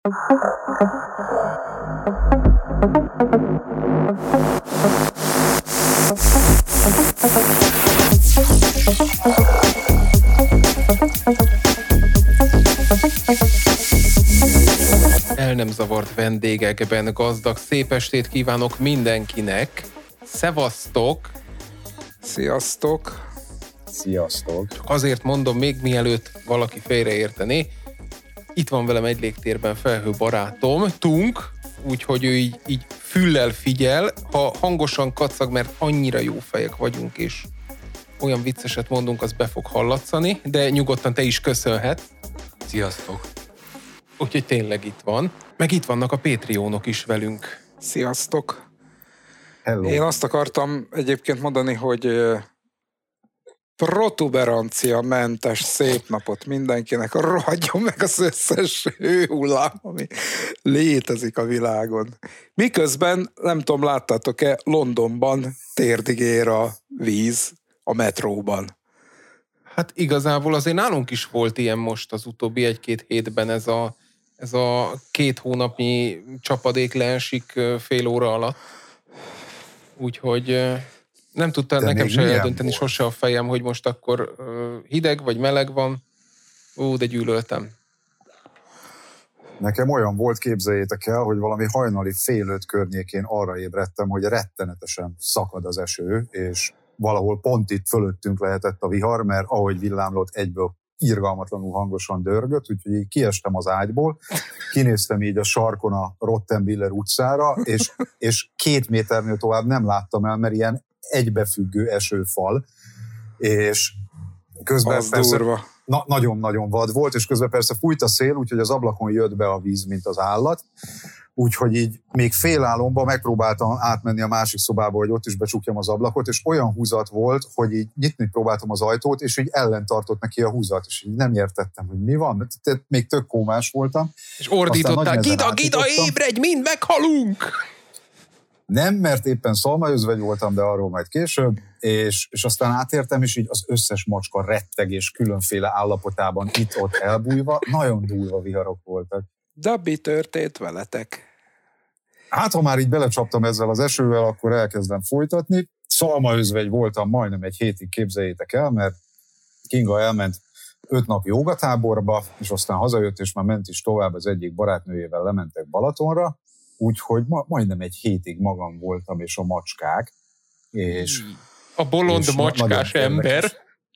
El nem zavart vendégekben gazdag szép estét kívánok mindenkinek. Szevasztok! Sziasztok! Sziasztok! Csak azért mondom, még mielőtt valaki félreértené, itt van velem egy légtérben Felhő barátom, Tunk, úgyhogy ő így füllel figyel, ha hangosan kacag, mert annyira jó fejek vagyunk, és olyan vicceset mondunk, az be fog hallatszani, de nyugodtan te is köszönhetsz. Sziasztok! Úgyhogy tényleg itt van. Meg itt vannak a Patreonok is velünk. Sziasztok! Hello. Én azt akartam egyébként mondani, hogy protuberancia mentes szép napot mindenkinek, rohadjon meg az összes hőhullám, ami létezik a világon. Miközben, nem tudom, láttátok-e, Londonban térdig ér a víz a metróban. Hát igazából azért nálunk is volt ilyen most az utóbbi egy-két hétben, ez a 2 hónapnyi csapadék leesik fél óra alatt. Úgyhogy nem tudta nekem se eldönteni sose a fejem, hogy most akkor hideg vagy meleg van. De gyűlöltem. Nekem olyan volt, képzeljétek el, hogy valami hajnali 4:30 környékén arra ébredtem, hogy rettenetesen szakad az eső, és valahol pont itt fölöttünk lehetett a vihar, mert ahogy villámlott, egyből irgalmatlanul hangosan dörgött, úgyhogy így kiestem az ágyból, kinéztem így a sarkon a Rottenbiller utcára, és 2 méternél tovább nem láttam el, mert ilyen egybefüggő esőfal, és közben az durva. Nagyon-nagyon vad volt, és közben persze fújt a szél, úgyhogy az ablakon jött be a víz, mint az állat, úgyhogy így még félálomban megpróbáltam átmenni a másik szobába, hogy ott is becsukjam az ablakot, és olyan húzat volt, hogy így nyitni próbáltam az ajtót, és így ellentartott neki a húzat, és így nem értettem, hogy mi van, még tök kómás voltam. És ordítottál, Gida, ébredj, mind meghalunk! Nem, mert éppen szalmaözvegy voltam, de arról majd később, és aztán átértem, és így az összes macska rettegés különféle állapotában itt-ott elbújva, nagyon durva viharok voltak. Dabbi történt veletek. Hát, ha már így belecsaptam ezzel az esővel, akkor elkezdem folytatni. Szalmaözvegy voltam majdnem egy hétig, képzeljétek el, mert Kinga elment 5 nap jógatáborba, és aztán hazajött, és már ment is tovább, az egyik barátnőjével lementek Balatonra, úgyhogy majdnem egy hétig magam voltam, és a macskák. És, a bolond és macskás ember.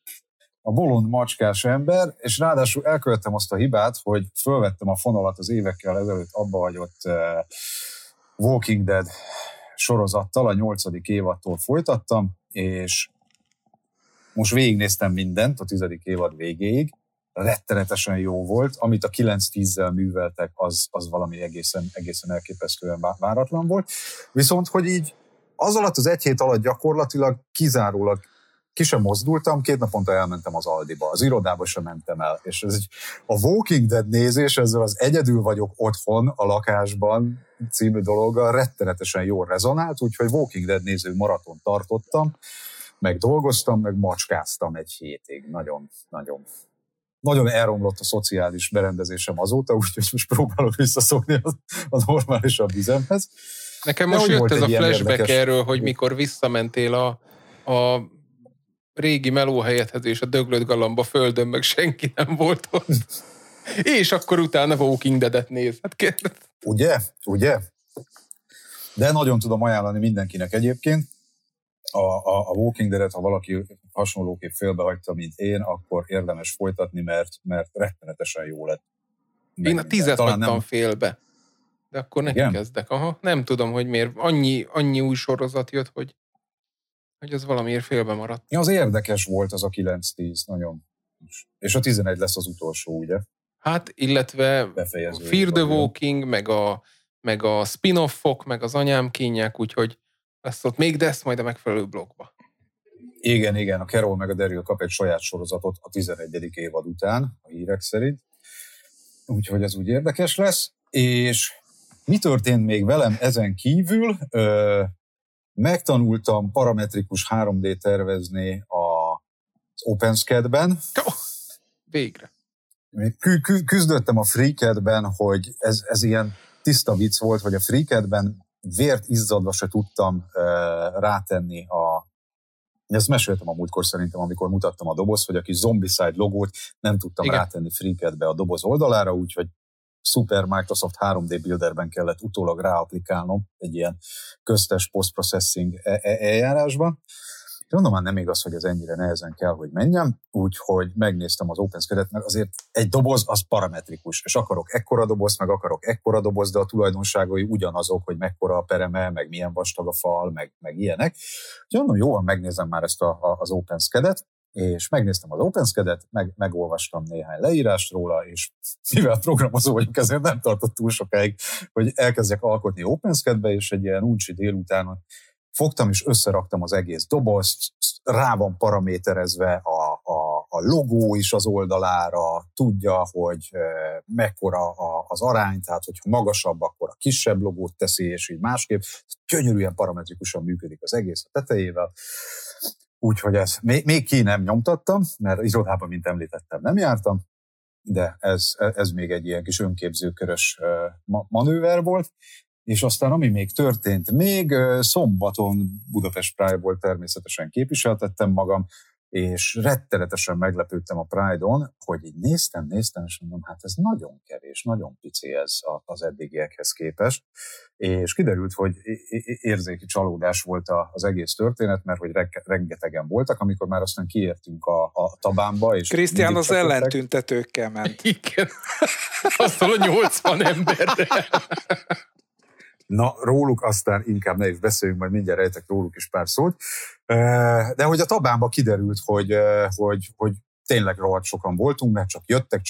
A bolond macskás ember, és ráadásul elkövettem azt a hibát, hogy fölvettem a fonalat az évekkel ezelőtt abba hagyott Walking Dead sorozattal, a 8. évadtól folytattam, és most végignéztem mindent a 10. évad végéig, rettenetesen jó volt, amit a 9-10-zel műveltek, az valami egészen elképesztően váratlan volt. Viszont, hogy így az alatt az 1 hét alatt gyakorlatilag kizárólag ki sem mozdultam, 2 naponta elmentem az Aldiba, az irodába sem mentem el, és ez a Walking Dead nézés, ezzel az egyedül vagyok otthon a lakásban című dologgal rettenetesen jól rezonált, úgyhogy Walking Dead néző maraton tartottam, meg dolgoztam, meg macskáztam egy hétig. Nagyon elromlott a szociális berendezésem azóta, úgyhogy most próbálok visszaszokni a normálisabb üzemhez. Nekem most jött ez a flashback erről, hogy mikor visszamentél a régi melóhelyedhez és a döglött galamba földön, meg senki nem volt ott. És akkor utána Walking Dead-et néz. Hát Ugye? De nagyon tudom ajánlani mindenkinek egyébként. A Walking Dead-et, ha valaki hasonlóképp félbehagyta, mint én, akkor érdemes folytatni, mert rettenetesen jó lett. Én a 10-et hagytam félbe. De akkor neki kezdek. Aha, nem tudom, hogy miért. Annyi új sorozat jött, hogy az valamiért félbe maradt. Ja, az érdekes volt az a 9-10, nagyon. És a 11 lesz az utolsó, ugye? Hát, illetve Fear the Walking, meg a spin-offok, meg az anyám kínják, úgyhogy lesz ott még, de ezt majd a megfelelő blogba. Igen, a Carol meg a Daryl kap egy saját sorozatot a 11. évad után, a hírek szerint. Úgyhogy ez úgy érdekes lesz. És mi történt még velem ezen kívül? Megtanultam parametrikus 3D tervezni az OpenSCAD-ben. Végre. Küzdöttem a Freaked-ben, hogy ez ilyen tiszta vicc volt, hogy a Freaked-ben vért izzadva se tudtam rátenni ezt meséltem a múltkor szerintem, amikor mutattam a dobozt, hogy a kis Zombicide logót nem tudtam rátenni Freaked-be a doboz oldalára, úgyhogy Super Microsoft 3D Builderben kellett utólag ráaplikálnom egy ilyen köztes post-processing eljárásban. Mondom, már nem igaz, hogy ez ennyire nehezen kell, hogy menjem, úgyhogy megnéztem az OpenSCAD-et, mert azért egy doboz az parametrikus, és akarok ekkora dobozt, meg akarok ekkora dobozt, de a tulajdonságai ugyanazok, hogy mekkora a pereme, meg milyen vastag a fal, meg ilyenek. Úgyhogy mondom, jó, megnézem már ezt az OpenSCAD-et, és megnéztem az OpenSCAD-et, megolvastam néhány leírást róla, és mivel programozó vagyok, ezért nem tartott túl sokáig, hogy elkezdjek alkotni OpenSCAD-be, és egy ilyen uncsi délutánon fogtam és összeraktam az egész dobozt, rá van paraméterezve a logó is az oldalára, tudja, hogy mekkora az arány, tehát hogyha magasabb, akkor a kisebb logót teszi, és így másképp. Gyönyörűen parametrikusan működik az egész a tetejével. Úgyhogy ez még ki nem nyomtattam, mert irodában, mint említettem, nem jártam, de ez még egy ilyen kis önképzőkörös manőver volt. És aztán ami még történt, még szombaton Budapest Pride-ból természetesen képviseltettem magam, és rettenetesen meglepődtem a Pride-on, hogy így néztem, és mondom, hát ez nagyon kevés, nagyon pici ez az eddigiekhez képest, és kiderült, hogy érzéki csalódás volt az egész történet, mert hogy rengetegen voltak, amikor már aztán kiértünk a Tabánba, és Krisztián az ellentüntetőkkel ment. Igen, aztán a 80 emberre. Na, róluk aztán inkább ne is beszéljünk, majd mindjárt rejtek róluk is pár szót. De hogy a Tabánba kiderült, hogy tényleg rohadt sokan voltunk, mert csak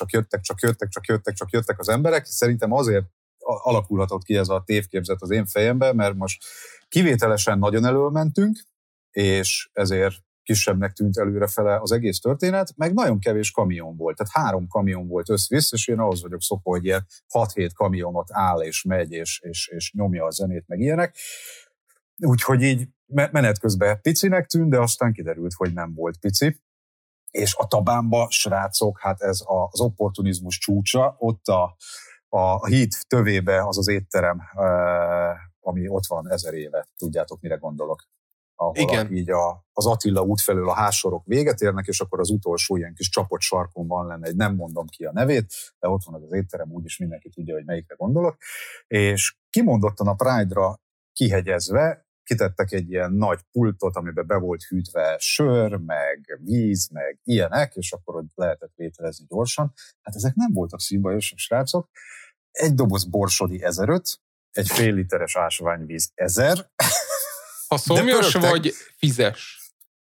jöttek az emberek. Szerintem azért alakulhatott ki ez a tévképzet az én fejemben, mert most kivételesen nagyon előmentünk, és ezért kisebbnek tűnt előrefele az egész történet, meg nagyon kevés kamion volt. Tehát 3 kamion volt összvisz, és én ahhoz vagyok szokva, hogy ilyen 6-7 kamionot áll és megy, és nyomja a zenét, meg ilyenek. Úgyhogy így menet közben picinek tűnt, de aztán kiderült, hogy nem volt pici. És a Tabánba, srácok, hát ez az opportunizmus csúcsa, ott a híd tövébe az étterem, ami ott van 1000 éve, tudjátok, mire gondolok. Ahol így az Attila út felől a házsorok véget érnek, és akkor az utolsó ilyen kis csapott sarkon van lenne, egy nem mondom ki a nevét, de ott van az étterem, úgyis mindenki tudja, hogy melyikre gondolok. És kimondottan a Pride-ra kihegyezve, kitettek egy ilyen nagy pultot, amiben be volt hűtve sör, meg víz, meg ilyenek, és akkor ott lehetett vételezni gyorsan. Hát ezek nem voltak szívbajosak, srácok. Egy doboz borsodi 1005, egy fél literes ásványvíz 1000, ha szomjas vagy fizes.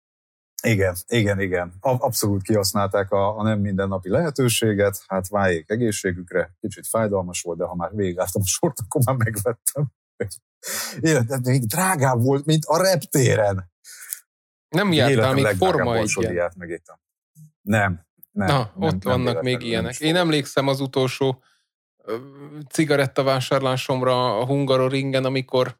Igen. Abszolút kihasználták a nem mindennapi lehetőséget, hát váljék egészségükre, kicsit fájdalmas volt, de ha már végigálltam a sort, akkor már megvettem. Még drágább volt, mint a reptéren. Nem jártál még Forma 1-en? Nem. Ott vannak még ilyenek. Én emlékszem az utolsó cigarettavásárlásomra a Hungaroringen, amikor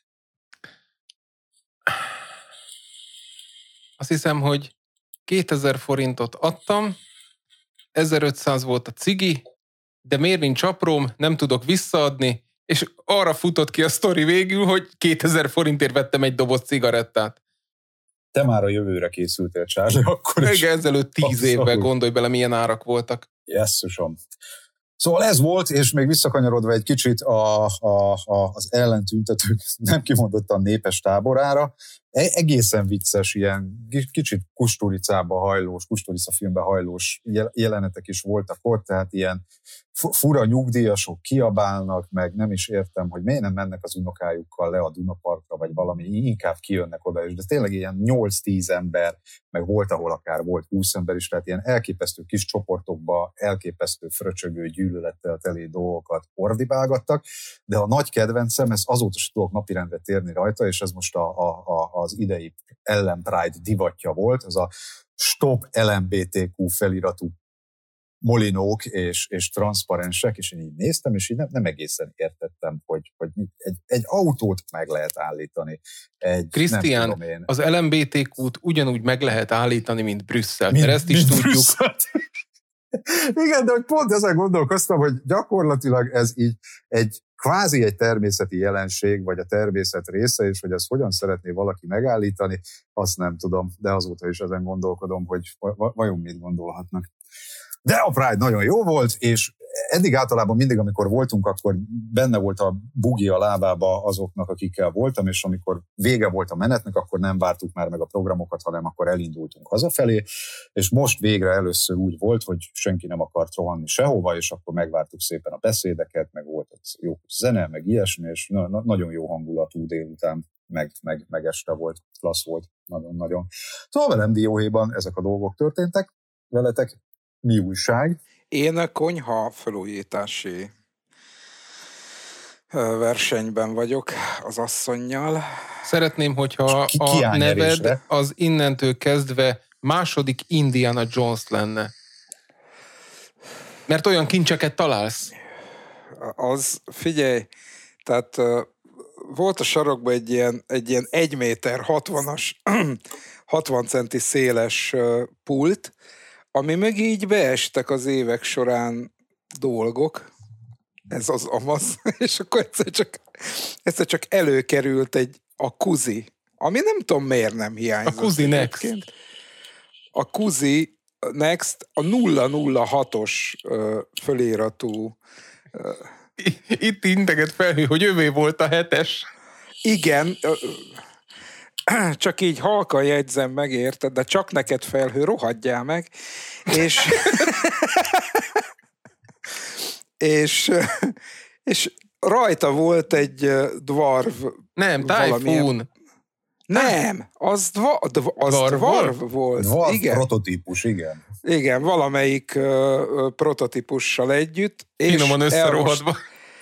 azt hiszem, hogy 2000 forintot adtam, 1500 volt a cigi, de miért nincs apróm, nem tudok visszaadni, és arra futott ki a sztori végül, hogy 2000 forintért vettem egy doboz cigarettát. Te már a jövőre készültél, Charlie, akkor is. Igen, ezelőtt 10 évvel gondolj bele, milyen árak voltak. Jesszusom. Szóval ez volt, és még visszakanyarodva egy kicsit az ellentüntetők nem kimondottan népes táborára, egészen vicces, ilyen kicsit Kusturicába hajlós, Kusturica filmbe hajlós jelenetek is voltak ott, tehát ilyen fura nyugdíjasok kiabálnak, meg nem is értem, hogy miért nem mennek az unokájukkal le a Dunaparkra, vagy valami, inkább kijönnek oda is, de tényleg ilyen 8-10 ember, meg volt, ahol akár volt 20 ember is, tehát ilyen elképesztő kis csoportokba, elképesztő fröcsögő gyűlölettel teli dolgokat ordibálgattak, de a nagy kedvencem, ezt azóta is tudok napirendre térni rajta, és ez most az idei Ellen Pride divatja volt, ez a Stop LMBTQ feliratú molinók és transzparensek, és én így néztem, és így nem egészen értettem, hogy egy autót meg lehet állítani. Krisztián, az LMBTQ-t ugyanúgy meg lehet állítani, mint Brüsszelt, mert ezt is tudjuk. Igen, de hogy pont ezen gondolkoztam, hogy gyakorlatilag ez így kvázi egy természeti jelenség, vagy a természet része, és hogy ezt hogyan szeretné valaki megállítani, azt nem tudom, de azóta is ezen gondolkodom, hogy vajon mit gondolhatnak. De a Pride nagyon jó volt, és eddig általában mindig, amikor voltunk, akkor benne volt a bugi a lábába azoknak, akikkel voltam, és amikor vége volt a menetnek, akkor nem vártuk már meg a programokat, hanem akkor elindultunk hazafelé, és most végre először úgy volt, hogy senki nem akart rohanni sehova, és akkor megvártuk szépen a beszédeket, meg volt jó zene, meg ilyesmi, és nagyon jó hangulatú délután, meg este volt, klassz volt, nagyon-nagyon. Szóval velem dióhéjban ezek a dolgok történtek, veletek mi újság? Én a konyha felújítási versenyben vagyok az asszonnyal. Szeretném, hogyha a neved az innentől kezdve második Indiana Jones lenne. Mert olyan kincseket találsz. Az, figyelj, tehát volt a sarokban egy ilyen 1 méter 60-as, 60 centi széles pult, ami meg így beestek az évek során dolgok, ez az amaz, és akkor egyszer csak előkerült a Kuzi, ami nem tudom miért nem hiányzott. A Kuzi Next. A Kuzi Next a 006-os föliratú. Itt integet Felhő, hogy övé volt a 7-es. Igen, csak így halkan jegyzem meg, érted, de csak neked Felhő, rohadjál meg, és rajta volt egy dwarv. Nem, Typhoon. Nem, az dwarv volt. Dwarv igen. Prototípus, igen. Igen, valamelyik prototípussal együtt. Finoman összerohadva.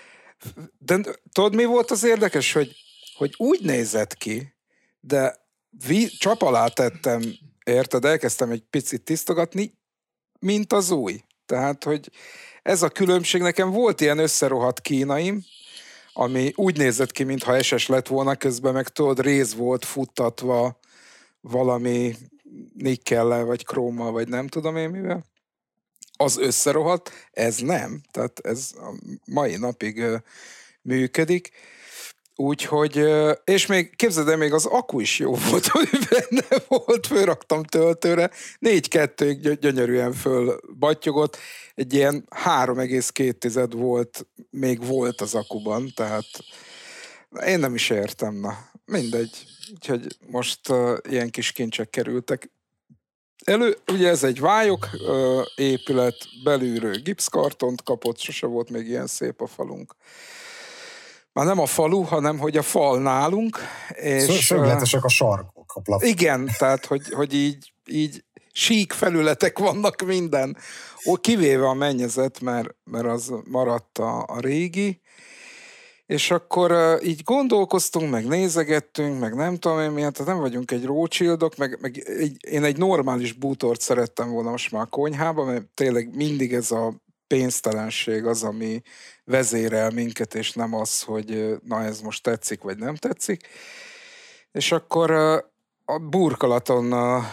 De tudod, mi volt az érdekes, hogy úgy nézett ki, de csap alá tettem, érted, elkezdtem egy picit tisztogatni, mint az új. Tehát, hogy ez a különbség, nekem volt ilyen összerohadt kínaim, ami úgy nézett ki, mintha SS lett volna, közben meg tudod, réz volt futtatva valami nikkellel, vagy krómmal, vagy nem tudom én mivel. Az összerohadt, ez nem. Tehát ez a mai napig működik. Úgyhogy, és még képzeld el, még az akku is jó volt, ami benne volt, fölraktam töltőre, 4-2-ig gyönyörűen fölbattyogott, egy ilyen 3,2 volt, még volt az akuban, tehát én nem is értem, na, mindegy. Úgyhogy most ilyen kis kincsek kerültek elő. Ugye ez egy vályok épület, belülről gipszkartont kapott, sose volt még ilyen szép a falunk. Már nem a falu, hanem hogy a fal nálunk. És szögletesek a sarkok. A plafon. Igen, tehát hogy így sík felületek vannak minden. Kivéve a mennyezet, mert az maradt a régi. És akkor így gondolkoztunk, meg nézegettünk, meg nem tudom én miért, tehát nem vagyunk egy Rothschildok, meg én egy normális bútort szerettem volna most már a konyhában, mert tényleg mindig ez a pénztelenség az, ami vezérel minket, és nem az, hogy na ez most tetszik, vagy nem tetszik. És akkor a burkolaton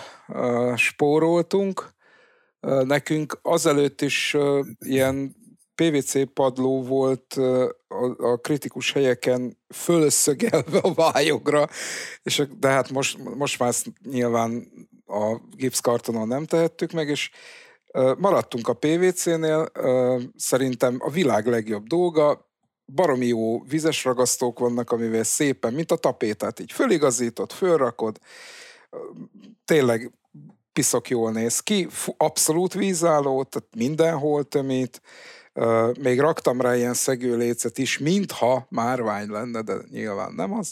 spóroltunk. Nekünk azelőtt is ilyen PVC padló volt a kritikus helyeken fölszögelve a vályogra, de hát most már ezt nyilván a gipszkartonon nem tehettük meg, és maradtunk a PVC-nél, szerintem a világ legjobb dolga, baromi jó vizes ragasztók vannak, amivel szépen, mint a tapétát, így föligazítod, fölrakod, tényleg piszok jól néz ki, abszolút vízálló, tehát mindenhol tömít, még raktam rá ilyen szegőlécet is, mintha márvány lenne, de nyilván nem az,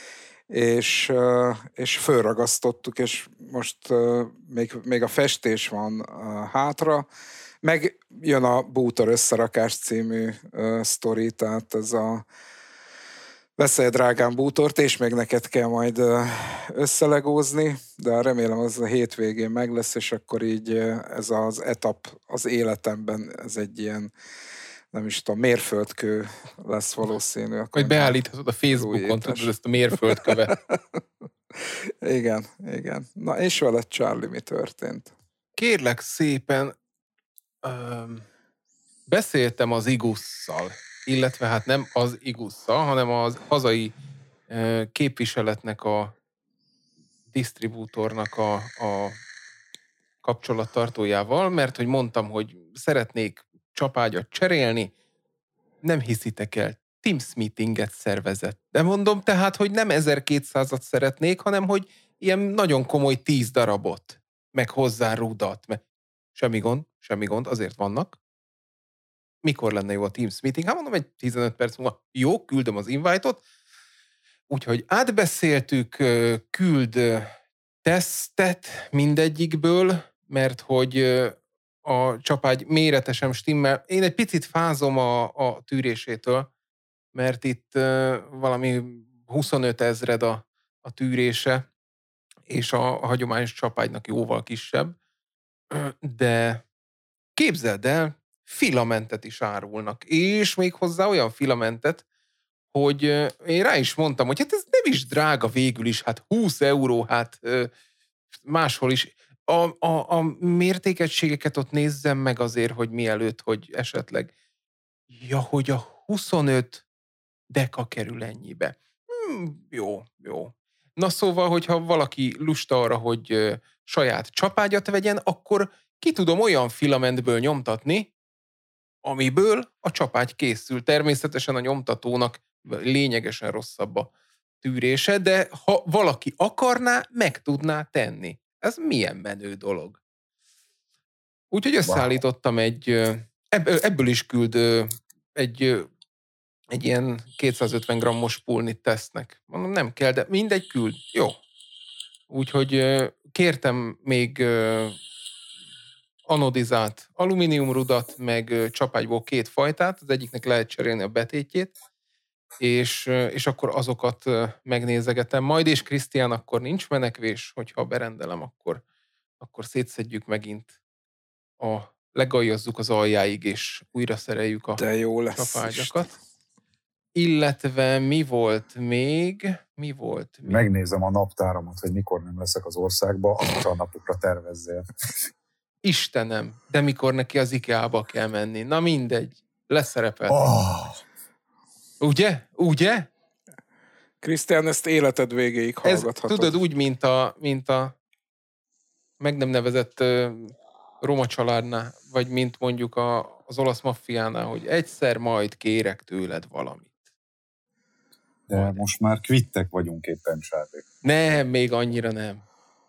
és fölragasztottuk, és most még a festés van hátra, meg jön a Bútor összerakás című sztori, tehát ez a veszel drágán bútort, és még neked kell majd összelegózni, de remélem az a hétvégén meg lesz, és akkor így ez az etap az életemben, ez egy ilyen, nem is tudom, mérföldkő lesz valószínű. Vagy beállíthatod a Facebookon, tudod ezt a mérföldkövet. Igen. Na, és veled, Charlie, mi történt? Kérlek szépen, Beszéltem az Igusszal, illetve hát nem az Igusszal, hanem az hazai képviseletnek a disztribútornak a kapcsolattartójával, mert hogy mondtam, hogy szeretnék csapágyat cserélni, nem hiszitek el, Teams meetinget szervezett. De mondom tehát, hogy nem 1200-at szeretnék, hanem hogy ilyen nagyon komoly 10 darabot, meg hozzá rudat. Semmi gond, azért vannak. Mikor lenne jó a Teams meeting? Hát mondom, egy 15 perc múlva. Jó, küldöm az invite-ot. Úgyhogy átbeszéltük, küld tesztet mindegyikből, mert hogy a csapágy méretesen stimmel. Én egy picit fázom a tűrésétől, mert itt valami 25 000 a tűrése, és a hagyományos csapágynak jóval kisebb. De képzeld el, filamentet is árulnak, és még hozzá olyan filamentet, hogy én rá is mondtam, hogy hát ez nem is drága végül is, hát 20 euró, hát máshol is. A mértékegységeket ott nézzem meg azért, hogy mielőtt, hogy esetleg, ja, hogy a 25 deka kerül ennyibe. Jó. Na szóval, hogyha valaki lusta arra, hogy saját csapágyat vegyen, akkor ki tudom olyan filamentből nyomtatni, amiből a csapágy készül. Természetesen a nyomtatónak lényegesen rosszabb a tűrése, de ha valaki akarná, meg tudná tenni. Ez milyen menő dolog. Úgyhogy összeállítottam ebből is küld egy ilyen 250 grammos pulnit tesznek. Mondom, nem kell, de mindegy, küld. Jó. Úgyhogy kértem még anodizált alumíniumrudat, meg csapágyból 2 fajtát, az egyiknek lehet cserélni a betétjét, és akkor azokat megnézegetem. Majd és Krisztián, akkor nincs menekvés, hogyha berendelem, akkor szétszedjük megint, legaljazzuk az aljáig, és újra szereljük a csapágyakat. Illetve mi volt még? Megnézem a naptáramat, hogy mikor nem leszek az országba, akkor a napokra tervezzél. Istenem, de mikor neki az IKEA-ba kell menni. Na mindegy, leszerepelt. Ugye? Krisztián, ezt életed végéig hallgathatod. Ez, tudod, úgy, mint a meg nem nevezett roma családnál, vagy mint mondjuk az olasz maffiánál, hogy egyszer majd kérek tőled valamit. De majd most már kvittek vagyunk éppen, Csárlik. Nem, még annyira nem.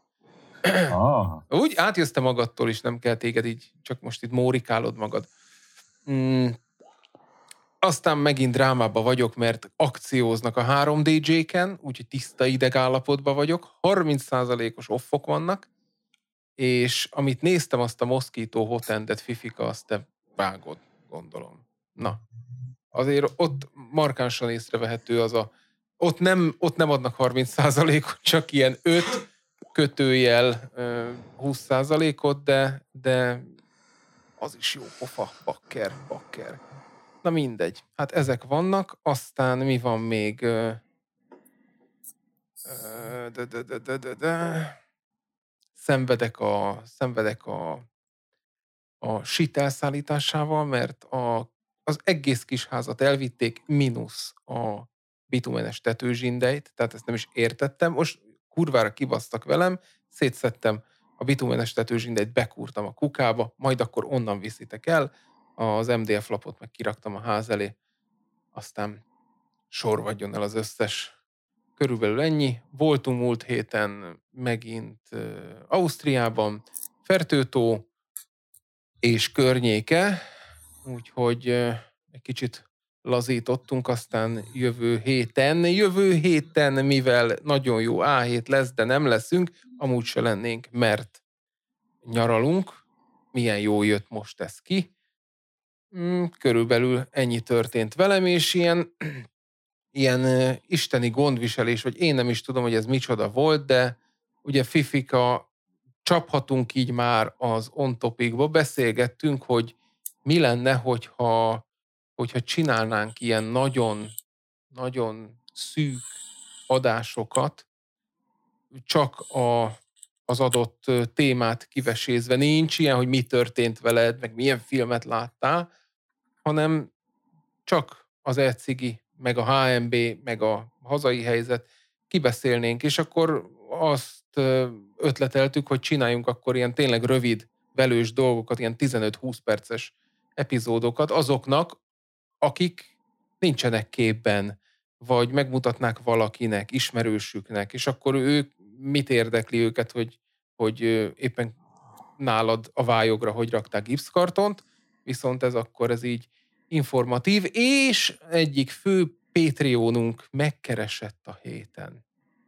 Úgy átjössz te magadtól is, nem kell téged így, csak most itt mórikálod magad. Aztán megint drámába vagyok, mert akcióznak a 3DJ-ken, úgyhogy tiszta idegállapotban vagyok, 30%-os offok vannak, és amit néztem, azt a Mosquito Hotendet, Fifika, azt te vágod, gondolom. Na, azért ott markánsan észrevehető ott nem adnak 30%-ot, csak ilyen 5 kötőjel 20%-ot, de az is jó pofa, bakker. Na mindegy. Hát ezek vannak, aztán mi van még? Szenvedek a sit elszállításával, mert az egész kis házat elvitték, mínusz a bitumenes tetőzsindeit, tehát ezt nem is értettem. Most kurvára kibasztak velem, szétszedtem a bitumenes tetőzsindeit, bekúrtam a kukába, majd akkor onnan viszitek el, az MDF lapot meg kiraktam a ház elé, aztán sorvadjon el az összes. Körülbelül ennyi. Voltunk múlt héten megint Ausztriában, Fertőtó és környéke, úgyhogy egy kicsit lazítottunk, aztán jövő héten, mivel nagyon jó A7 lesz, de nem leszünk, amúgy se lennénk, mert nyaralunk. Milyen jó jött most ez ki. Körülbelül ennyi történt velem, és ilyen isteni gondviselés, vagy én nem is tudom, hogy ez micsoda volt, de ugye Fifika, csaphatunk így már az On Topic-ba, beszélgettünk, hogy mi lenne, hogyha csinálnánk ilyen nagyon, nagyon szűk adásokat, csak az adott témát kivesézve. Nincs ilyen, hogy mi történt veled, meg milyen filmet láttál, hanem csak az e-cigi, meg a HMB, meg a hazai helyzet kibeszélnénk, és akkor azt ötleteltük, hogy csináljunk akkor ilyen tényleg rövid, velős dolgokat, ilyen 15-20 perces epizódokat azoknak, akik nincsenek képben, vagy megmutatnák valakinek, ismerősüknek, és akkor ők mit érdekli őket, hogy éppen nálad a vályogra hogy rakták gipszkartont, viszont ez így informatív, és egyik fő Patreonunk megkeresett a héten.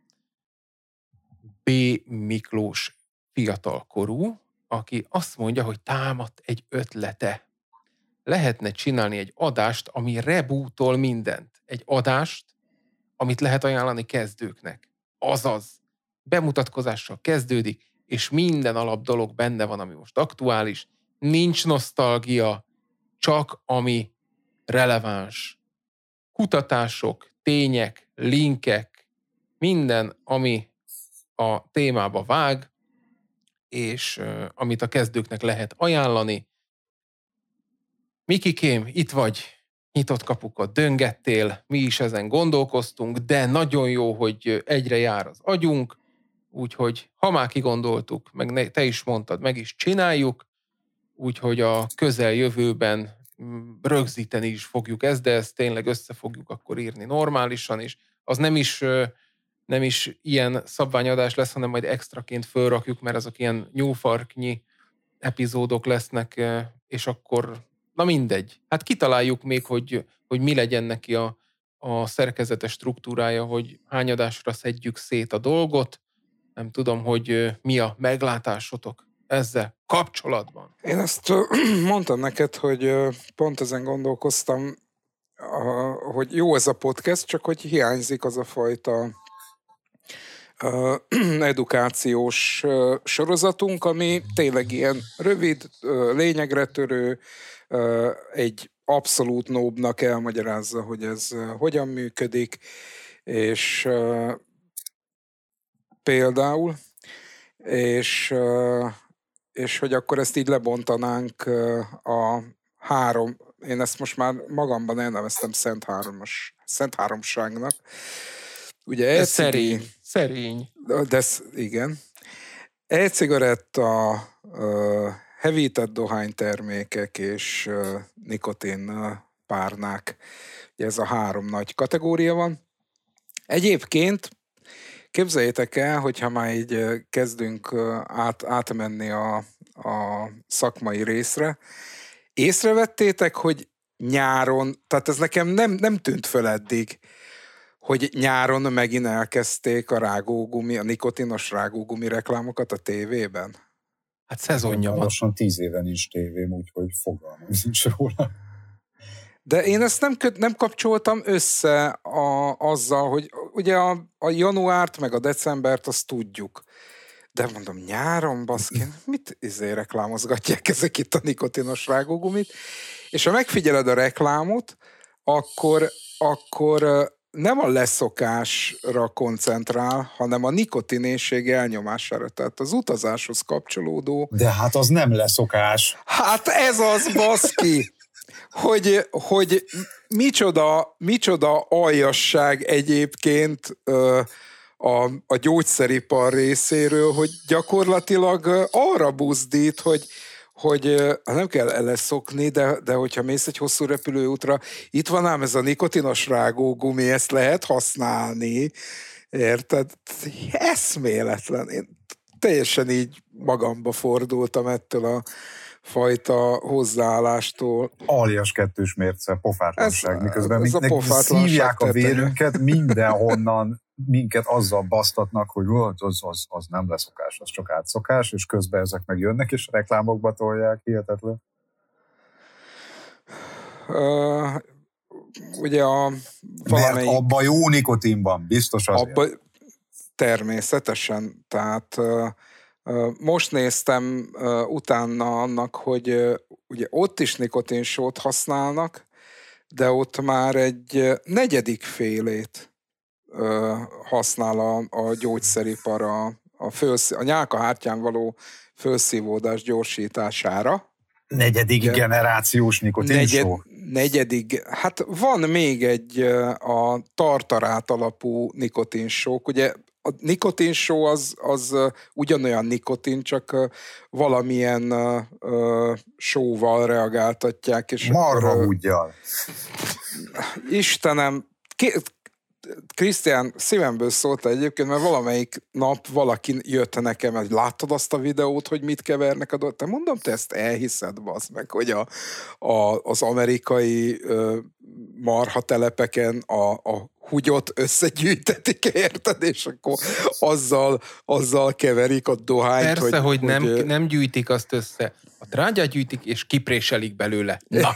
B. Miklós fiatalkorú, aki azt mondja, hogy támadt egy ötlete. Lehetne csinálni egy adást, ami rebootol mindent. Egy adást, amit lehet ajánlani kezdőknek. Azaz, bemutatkozással kezdődik, és minden alap dolog benne van, ami most aktuális. Nincs nosztalgia, csak ami releváns. Kutatások, tények, linkek, minden, ami a témába vág, és amit a kezdőknek lehet ajánlani. Mikikém, itt vagy, nyitott kapukat döngettél, mi is ezen gondolkoztunk, de nagyon jó, hogy egyre jár az agyunk, úgyhogy ha már kigondoltuk, meg te is mondtad, meg is csináljuk, úgyhogy a közeljövőben rögzíteni is fogjuk ezt, de ezt tényleg össze fogjuk akkor írni normálisan is. Az nem is ilyen szabványadás lesz, hanem majd extraként fölrakjuk, mert azok ilyen nyúlfarknyi epizódok lesznek, és akkor, na mindegy. Hát kitaláljuk még, hogy mi legyen neki a szerkezetes struktúrája, hogy hányadásra szedjük szét a dolgot. Nem tudom, hogy mi a meglátásotok ezzel kapcsolatban. Én ezt mondtam neked, hogy pont ezen gondolkoztam, hogy jó ez a podcast, csak hogy hiányzik az a fajta edukációs sorozatunk, ami tényleg ilyen rövid, lényegre törő, egy abszolút nóbnak elmagyarázza, hogy ez hogyan működik, és például, és hogy akkor ezt így lebontanánk a három, én ezt most már magamban elneveztem Szent Háromságnak. Ugye Szerény. De igen. E-cigaretta, hevített dohánytermékek és nikotin párnák. Ugye ez a három nagy kategória van. Egyébként képzeljétek el, hogyha már így kezdünk átmenni a szakmai részre, észrevettétek, hogy nyáron, tehát ez nekem nem tűnt föl eddig, hogy nyáron megint elkezdték a nikotinos rágógumi reklámokat a tévében? Hát szezonja van. Lassan 10 éve nincs tévém, úgyhogy fogalmam nincs róla. De én ezt nem kapcsoltam össze azzal, hogy ugye a januárt meg a decembert azt tudjuk. De mondom, nyáron baszki, mit reklámozgatják ezek itt a nikotinos rágógumit? És ha megfigyeled a reklámot, akkor nem a leszokásra koncentrál, hanem a nikotinésség elnyomására. Tehát az utazáshoz kapcsolódó... De hát az nem leszokás. Hát ez az, baszki! Hogy micsoda aljasság egyébként a gyógyszeripar részéről, hogy gyakorlatilag arra buzdít, hogy nem kell eleszokni, de hogyha mész egy hosszú repülőútra, itt van ám ez a nikotinos rágógumi, ezt lehet használni, érted? Eszméletlen. Én teljesen így magamba fordultam ettől a fajta hozzáállástól. Aljas kettős mérce, pofátlanság, miközben szívják a vérünket, mindenhonnan minket azzal basztatnak, hogy az nem leszokás, az csak átszokás, és közben ezek meg jönnek, és reklámokba tolják, hihetetlen. Ugye mert abban jó nikotin van, biztos azért. Természetesen, tehát most néztem utána annak, hogy ugye ott is nikotinsót használnak, de ott már egy negyedik félét használ a gyógyszeripar a nyálkahártyán való felszívódás gyorsítására. Negyedik generációs nikotinsó. Negyedik, hát van még egy a tartarát alapú nikotinsók, ugye a nikotinsó az ugyanolyan nikotin, csak valamilyen sóval reagáltatják. És Marhahúggyal. Istenem, Krisztián szívemből szólta egyébként, mert valamelyik nap valaki jött nekem, hogy láttad azt a videót, hogy mit kevernek a dolgot? Te mondom, te ezt elhiszed, bazd meg, hogy az amerikai marhatelepeken a húgyot összegyűjtetik, érted? És akkor azzal keverik a dohányt. Persze, hogy nem gyűjtik azt össze. A trágyát gyűjtik, és kipréselik belőle. Na.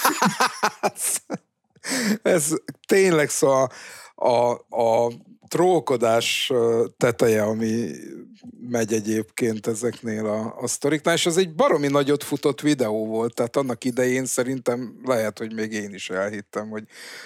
Ez tényleg szóval a trollkodás teteje, ami megy egyébként ezeknél a sztoriknál, és ez egy baromi nagyot futott videó volt, tehát annak idején szerintem lehet, hogy még én is elhittem, hogy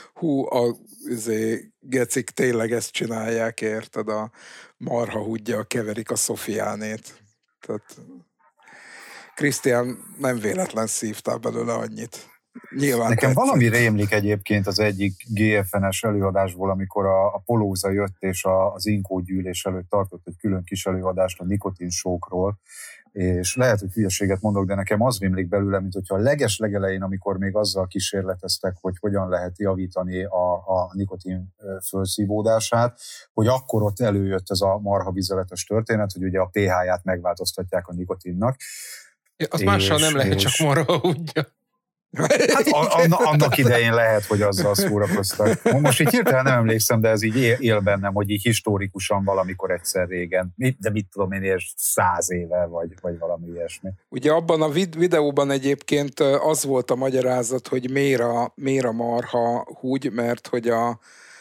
gecik tényleg ezt csinálják, érted, a marha húggyal keverik a Szofiánét. Tehát Krisztián nem véletlen szívtál belőle annyit. Nyilván nekem valami rémlik egyébként az egyik GFN-es előadásból, amikor a Polóza jött, és az Inkó gyűlés előtt tartott egy külön kis előadást a nikotinsókról, és lehet, hogy hülyeséget mondok, de nekem az rémlik belőle, mint hogyha a legelején, amikor még azzal kísérleteztek, hogy hogyan lehet javítani a nikotin felszívódását, hogy akkor ott előjött ez a marha vizeletes történet, hogy ugye a pH-ját megváltoztatják a nikotinnak. Azt mással nem lehet, csak marha húggyal. Hát annak idején lehet, hogy azzal szórakoztak. Most így hirtelen nem emlékszem, de ez így él bennem, hogy így historikusan valamikor egyszer régen, de mit tudom én, 100 éve, vagy valami ilyesmi. Ugye abban a videóban egyébként az volt a magyarázat, hogy miért a marha húgy, mert hogy a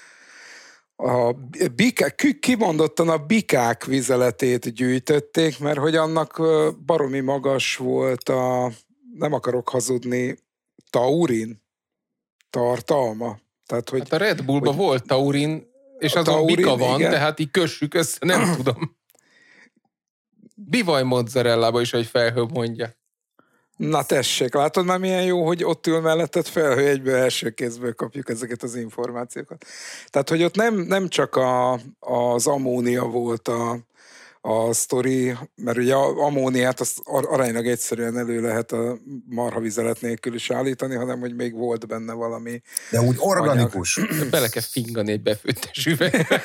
bikák, kimondottan a bikák vizeletét gyűjtötték, mert hogy annak baromi magas volt nem akarok hazudni, taurin tartalma. Tehát, hogy, hát a Red Bullban volt taurin, és azon bika van, igen. Tehát így kössük össze, nem tudom. Bivaj mozzarellába is egy felhő mondja. Na tessék, látod már milyen jó, hogy ott ül melletted felhő, egyből első kézből kapjuk ezeket az információkat. Tehát, hogy ott nem csak az ammónia volt a sztori, mert ugye ammóniát azt aránylag egyszerűen elő lehet a marhavizelet nélkül is állítani, hanem hogy még volt benne valami. De úgy organikus. Bele kell fingani egy befőttes üvegbe.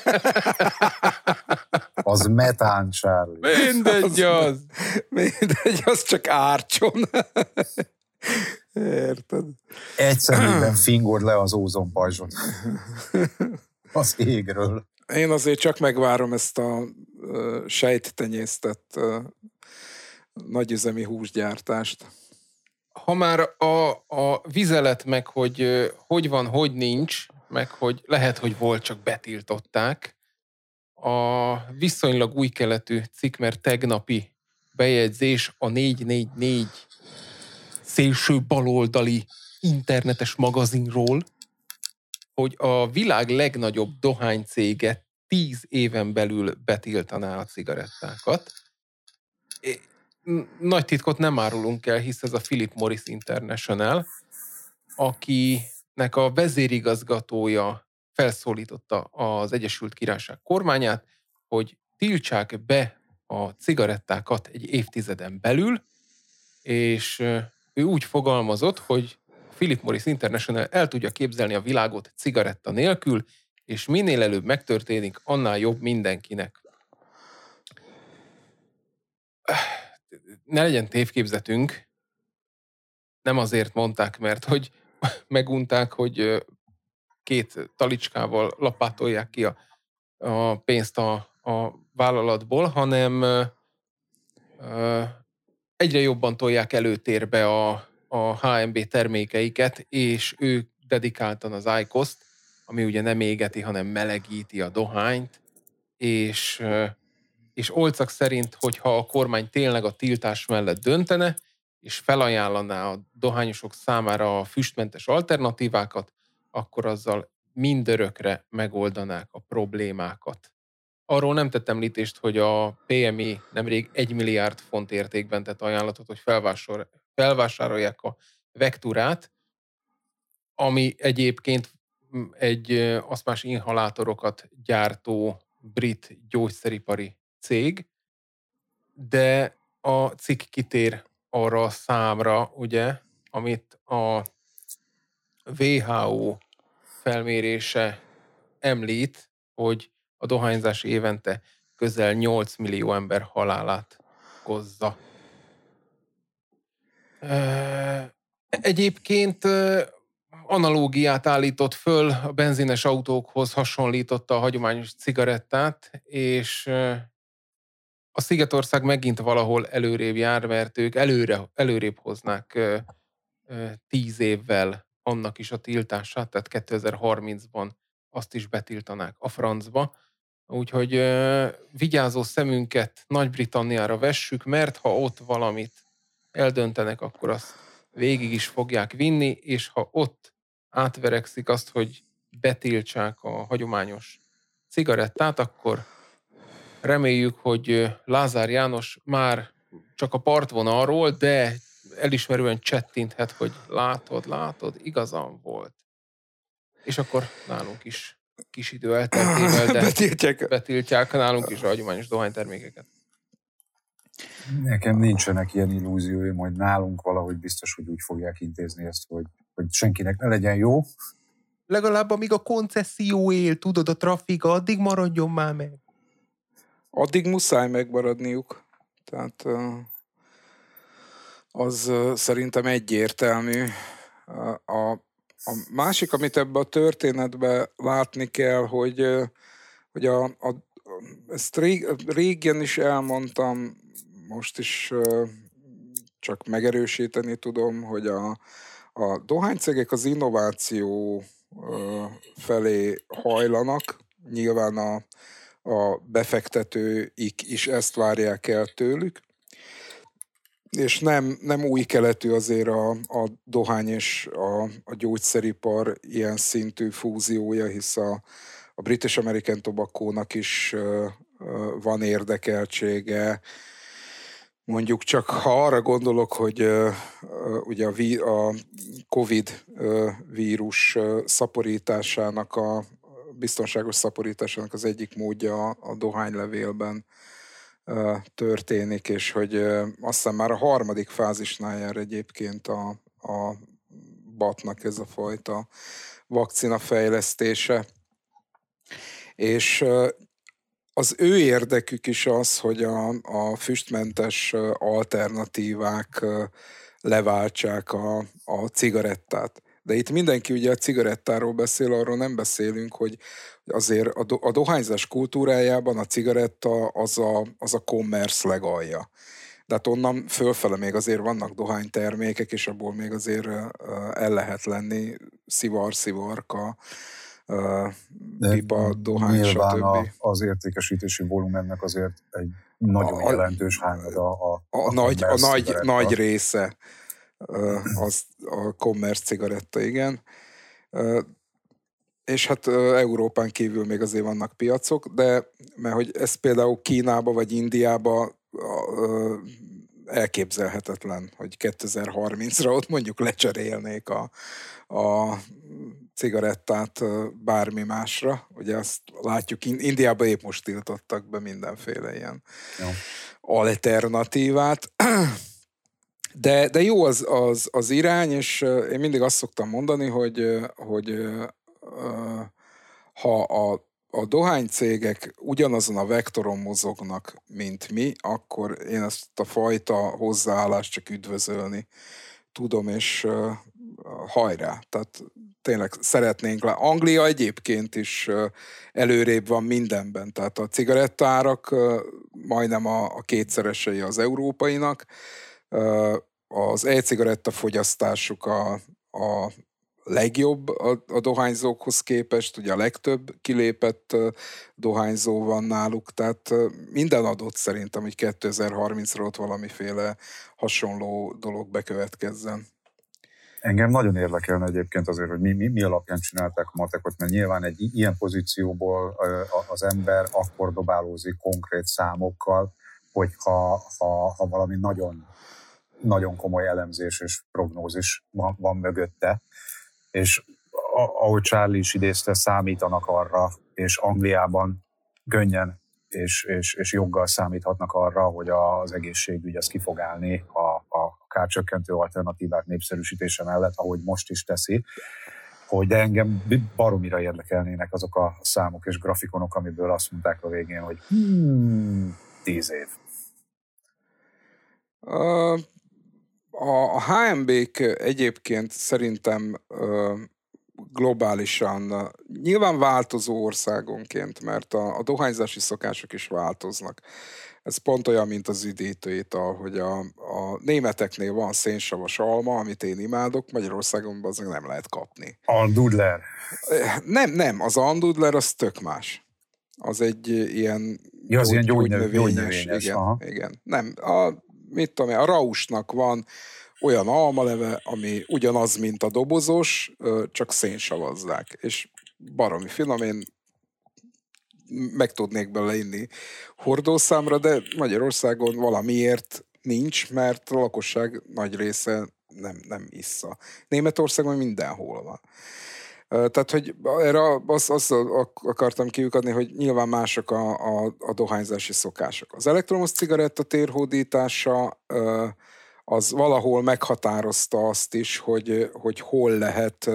Az metán, Charlie. Mindegy, az csak árcson. Érted? Egyszerűen fingod le az ózonpajzsot. Az égről. Én azért csak megvárom ezt a sejttenyésztett nagyüzemi húsgyártást. Ha már a vizelet meg, hogy van, hogy nincs, meg hogy lehet, hogy volt, csak betiltották, a viszonylag új keletű cikk, mert tegnapi bejegyzés a 444 szélső baloldali internetes magazinról, hogy a világ legnagyobb dohánycége 10 éven belül betiltaná a cigarettákat. Nagy titkot nem árulunk el, hisz ez a Philip Morris International, akinek a vezérigazgatója felszólította az Egyesült Királyság kormányát, hogy tiltsák be a cigarettákat egy évtizeden belül, és ő úgy fogalmazott, hogy Philip Morris International el tudja képzelni a világot cigaretta nélkül, és minél előbb megtörténik, annál jobb mindenkinek. Ne legyen tévképzetünk, nem azért mondták, mert hogy megunták, hogy 2 talicskával lapátolják ki a pénzt a vállalatból, hanem egyre jobban tolják előtérbe a HMB termékeiket, és ők dedikáltan az IQOS-t, ami ugye nem égeti, hanem melegíti a dohányt, és olcak szerint, hogyha a kormány tényleg a tiltás mellett döntene, és felajánlaná a dohányosok számára a füstmentes alternatívákat, akkor azzal mindörökre megoldanák a problémákat. Arról nem tett említést, hogy a PMI nemrég 1 milliárd font értékben tett ajánlatot, hogy felvásárolják a Vecturát, ami egyébként egy asztmás inhalátorokat gyártó brit gyógyszeripari cég, de a cikk kitér arra a számra, ugye, amit a WHO felmérése említ, hogy a dohányzás évente közel 8 millió ember halálát okozza. Egyébként analógiát állított föl, a benzines autókhoz hasonlította a hagyományos cigarettát, és a Szigetország megint valahol előrébb jár, mert ők előrébb hoznák 10 évvel annak is a tiltását, tehát 2030-ban azt is betiltanák a francba. Úgyhogy vigyázó szemünket Nagy-Britanniára vessük, mert ha ott valamit eldöntenek, akkor azt végig is fogják vinni, és ha ott átverekszik azt, hogy betiltsák a hagyományos cigarettát, akkor reméljük, hogy Lázár János már csak a partvonalról, de elismerően csettinthet, hogy látod, igazam volt. És akkor nálunk is kis idő elteltével, de betiltják nálunk is a hagyományos dohánytermékeket. Nekem nincsenek ilyen illúzióim, hogy nálunk valahogy biztos, hogy úgy fogják intézni ezt, hogy senkinek ne legyen jó. Legalább amíg a koncesszió él, tudod, a trafika, addig maradjon már meg. Addig muszáj megmaradniuk. Tehát az szerintem egyértelmű. A másik, amit ebben a történetben látni kell, hogy ezt régen is elmondtam, most is csak megerősíteni tudom, hogy a dohánycégek az innováció felé hajlanak. Nyilván a befektetőik is ezt várják el tőlük. És nem új keletű azért a dohány és a gyógyszeripar ilyen szintű fúziója, hisz a British American Tobacco-nak is van érdekeltsége. Mondjuk csak ha arra gondolok, hogy ugye a Covid vírus szaporításának, a biztonságos szaporításának az egyik módja a dohánylevélben történik, és hogy azt hiszem már a harmadik fázisnál jár egyébként a BAT-nak ez a fajta vakcina fejlesztése. És az ő érdekük is az, hogy a füstmentes alternatívák leváltsák a cigarettát. De itt mindenki ugye a cigarettáról beszél, arról nem beszélünk, hogy azért a dohányzás kultúrájában a cigaretta az a commerce legalja. De hát onnan fölfele még azért vannak dohánytermékek, és abból még azért el lehet lenni szivarka, pipa, dohány, nyilván stb. Az értékesítési volumennek azért egy nagyon jelentős hányada a nagy része az a commerce cigaretta, igen. És hát Európán kívül még azért vannak piacok, de mert hogy ez például Kínába vagy Indiába elképzelhetetlen, hogy 2030-ra ott mondjuk lecserélnék a cigarettát bármi másra. Ugye azt látjuk, Indiában épp most tiltottak be mindenféle ilyen alternatívát. De jó az irány, és én mindig azt szoktam mondani, hogy ha a dohánycégek ugyanazon a vektoron mozognak, mint mi, akkor én ezt a fajta hozzáállást csak üdvözölni tudom, és hajrá. Tehát tényleg szeretnénk Anglia egyébként is előrébb van mindenben. Tehát a cigarettárak majdnem a kétszeresei az európainak. Az e-cigaretta fogyasztásuk a legjobb a dohányzókhoz képest, ugye a legtöbb kilépett dohányzó van náluk, tehát minden adott szerintem, hogy 2030-ra ott valamiféle hasonló dolog bekövetkezzen. Engem nagyon érdekelne egyébként azért, hogy mi alapján csinálták a matekot, mert nyilván egy ilyen pozícióból az ember akkor dobálózik konkrét számokkal, hogyha valami nagyon, nagyon komoly elemzés és prognózis van mögötte. És ahogy Charlie is idézte, számítanak arra, és Angliában könnyen és joggal számíthatnak arra, hogy az egészségügy az ki fog állni a kárcsökkentő alternatívák népszerűsítése mellett, ahogy most is teszi, de engem baromira érdekelnének azok a számok és grafikonok, amiből azt mondták a végén, hogy 10 év. A HMB-k egyébként szerintem globálisan nyilván változó országonként, mert a dohányzási szokások is változnak. Ez pont olyan, mint az üdítőital, hogy a németeknél van szénsavas alma, amit én imádok, Magyarországon azért nem lehet kapni. Almdudler. Nem, az almdudler az tök más. Az egy ilyen gyógynövényes. Igen. Nem, mit tudom én, a Rausnak van olyan almaleve, ami ugyanaz, mint a dobozos, csak szénsavazzák. És baromi finom, én meg tudnék bele inni hordószámra, de Magyarországon valamiért nincs, mert a lakosság nagy része nem issza. Németországban mindenhol van. Tehát, hogy erre azt akartam kiukadni, hogy nyilván mások a dohányzási szokások. Az elektromos cigaretta térhódítása az valahol meghatározta azt is, hogy hol lehet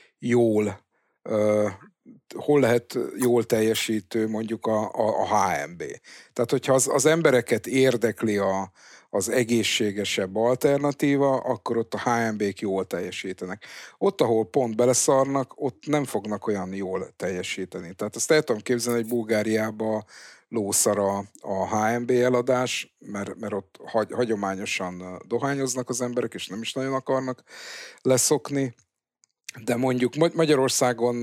jól teljesítő mondjuk a HMB. Tehát, hogyha az embereket érdekli az egészségesebb alternatíva, akkor ott a HMB-k jól teljesítenek. Ott, ahol pont beleszarnak, ott nem fognak olyan jól teljesíteni. Tehát azt el tudom képzelni, hogy Bulgáriában lószar a HMB eladás, mert ott hagyományosan dohányoznak az emberek, és nem is nagyon akarnak leszokni. De mondjuk Magyarországon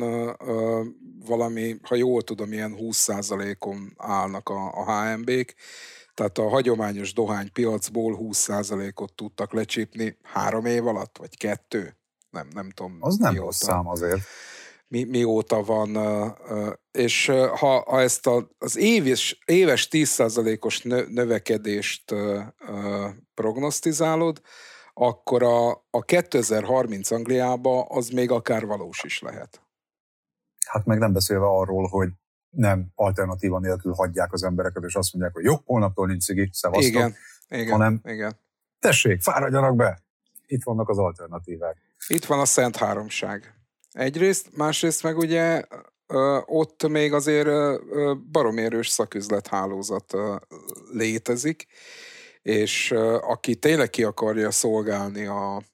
valami, ha jól tudom, ilyen 20%-on állnak a HMB-k, tehát a hagyományos dohánypiacból 20%-ot tudtak lecsípni 3 év alatt, vagy 2? Nem tudom. Az nem rossz szám azért. Mióta van, és ha ezt az éves 10%-os növekedést prognosztizálod, akkor a 2030 Angliában az még akár valós is lehet. Hát meg nem beszélve arról, hogy nem alternatíva nélkül hagyják az embereket, és azt mondják, hogy jó, holnaptól nincs cigi, szevasztok. Igen. Tessék, fáradjanak be! Itt vannak az alternatívák. Itt van a Szent Háromság. Egyrészt, másrészt meg ugye ott még azért baromi erős szaküzlethálózat létezik, és aki tényleg ki akarja szolgálni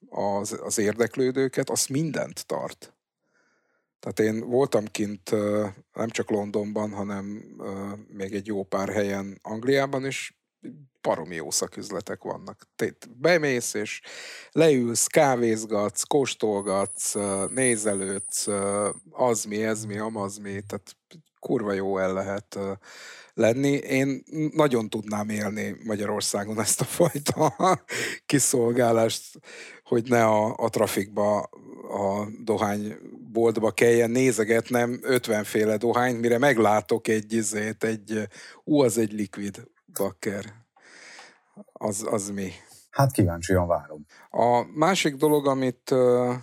az érdeklődőket, az mindent tart. Tehát én voltam kint nem csak Londonban, hanem még egy jó pár helyen Angliában is, baromi jó szaküzletek vannak. Bemész és leülsz, kávézgatsz, kóstolgatsz, nézelődsz, az mi, ez mi, amaz mi, tehát kurva jó el lehet lenni. Én nagyon tudnám élni Magyarországon ezt a fajta kiszolgálást, hogy ne a trafikba, a dohányboltba kelljen nézegetnem 50 féle dohányt, mire meglátok az egy likvid bakker. Az mi? Hát kíváncsian várom. A másik dolog, amit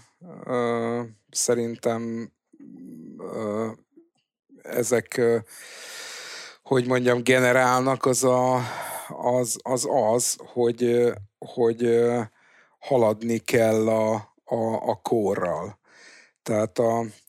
szerintem ezek, hogy mondjam, generálnak, hogy haladni kell a korral. Tehát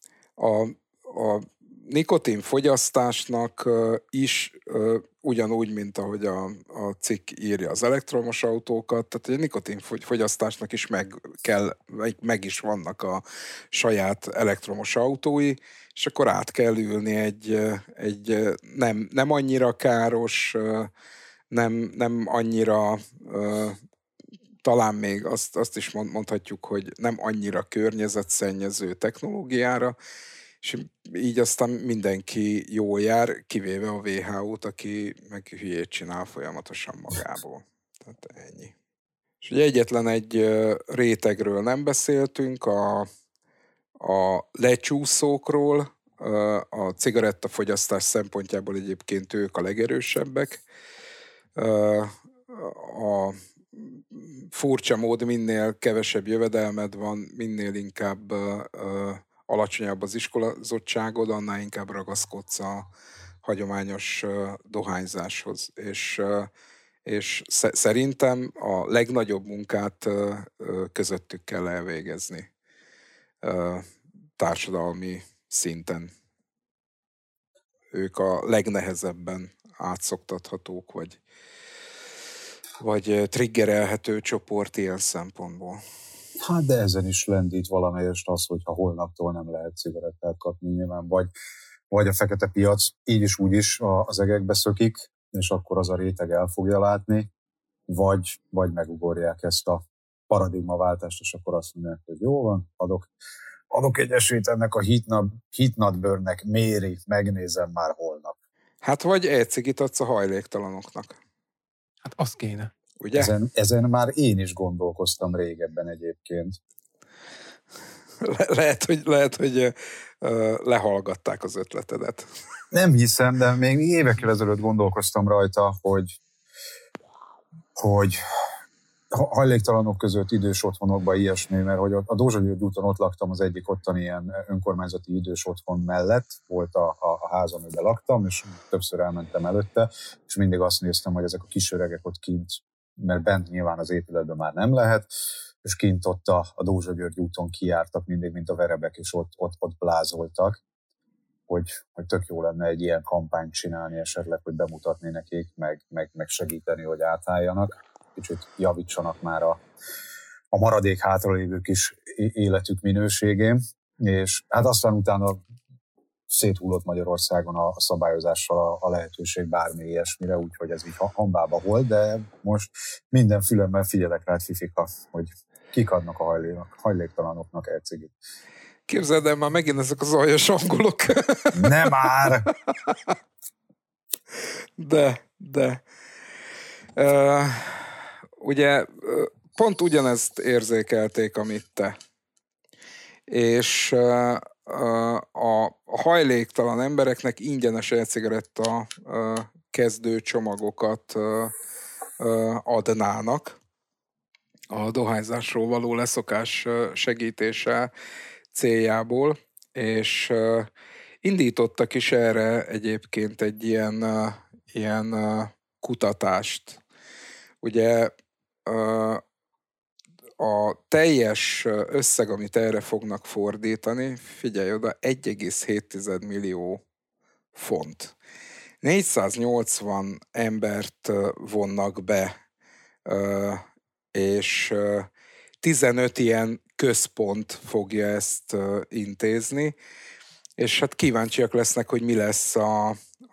a nikotinfogyasztásnak is ugyanúgy, mint ahogy a cikk írja az elektromos autókat, tehát a nikotinfogyasztásnak is meg is vannak a saját elektromos autói, és akkor át kell ülni egy nem annyira káros, nem annyira, talán még azt is mondhatjuk, hogy nem annyira környezetszennyező technológiára, és így aztán mindenki jól jár, kivéve a WHO-t, aki meg hülyét csinál folyamatosan magából. Tehát ennyi. És ugye egyetlen egy rétegről nem beszéltünk, a lecsúszókról, a cigarettafogyasztás szempontjából egyébként ők a legerősebbek. A furcsa mód, minél kevesebb jövedelmed van, minél inkább alacsonyabb az iskolazottságod, annál inkább ragaszkodsz a hagyományos dohányzáshoz. És szerintem a legnagyobb munkát közöttük kell elvégezni társadalmi szinten. Ők a legnehezebben átszoktathatók, vagy triggerelhető csoport ilyen szempontból. Hát de ezen is lendít valamelyest az, hogyha holnaptól nem lehet cigarettát kapni nyilván, vagy a fekete piac így is úgy is az egekbe szökik, és akkor az a réteg el fogja látni, vagy megugorják ezt a paradigmaváltást, és akkor azt mondják, hogy jó van, adok egy esélyt ennek a heat-not-burn-nek, méri, megnézem már holnap. Hát vagy e-cigit adsz a hajléktalanoknak. Hát az kéne. Ugye? Ezen már én is gondolkoztam régebben egyébként. Lehet, hogy lehallgatták az ötletedet. Nem hiszem, de még évekkel ezelőtt gondolkoztam rajta, hogy hajléktalanok között idős otthonokban ilyesmi, mert hogy a Dózsa György úton ott laktam az egyik ottani ilyen önkormányzati idős otthon mellett, volt a házam, amiben laktam, és többször elmentem előtte, és mindig azt néztem, hogy ezek a kis öregek ott kint, mert bent nyilván az épületben már nem lehet, és kint ott a Dózsa György úton kijártak mindig, mint a verebek, és ott blázoltak, hogy tök jó lenne egy ilyen kampányt csinálni esetleg, hogy bemutatni nekik, meg segíteni, hogy átálljanak, kicsit javítsanak már a maradék hátralévő kis életük minőségén, és hát aztán utána széthullott Magyarországon a szabályozással a lehetőség bármi ilyesmire, úgyhogy ez így hambába volt, de most minden fülemmel figyelek rád, Fifika, hogy kik adnak a hajléktalanoknak e-cigit. Képzeld el, már megint ezek az aljas angolok. Nem már! De. Ugye pont ugyanezt érzékelték, amit te. És a hajléktalan embereknek ingyenes e-cigaretta kezdő csomagokat adnának a dohányzásról való leszokás segítése céljából, és indítottak is erre egyébként egy ilyen kutatást. Ugye a teljes összeg, amit erre fognak fordítani, figyelj oda, 1,7 millió font. 480 embert vonnak be, és 15 ilyen központ fogja ezt intézni, és hát kíváncsiak lesznek, hogy mi lesz a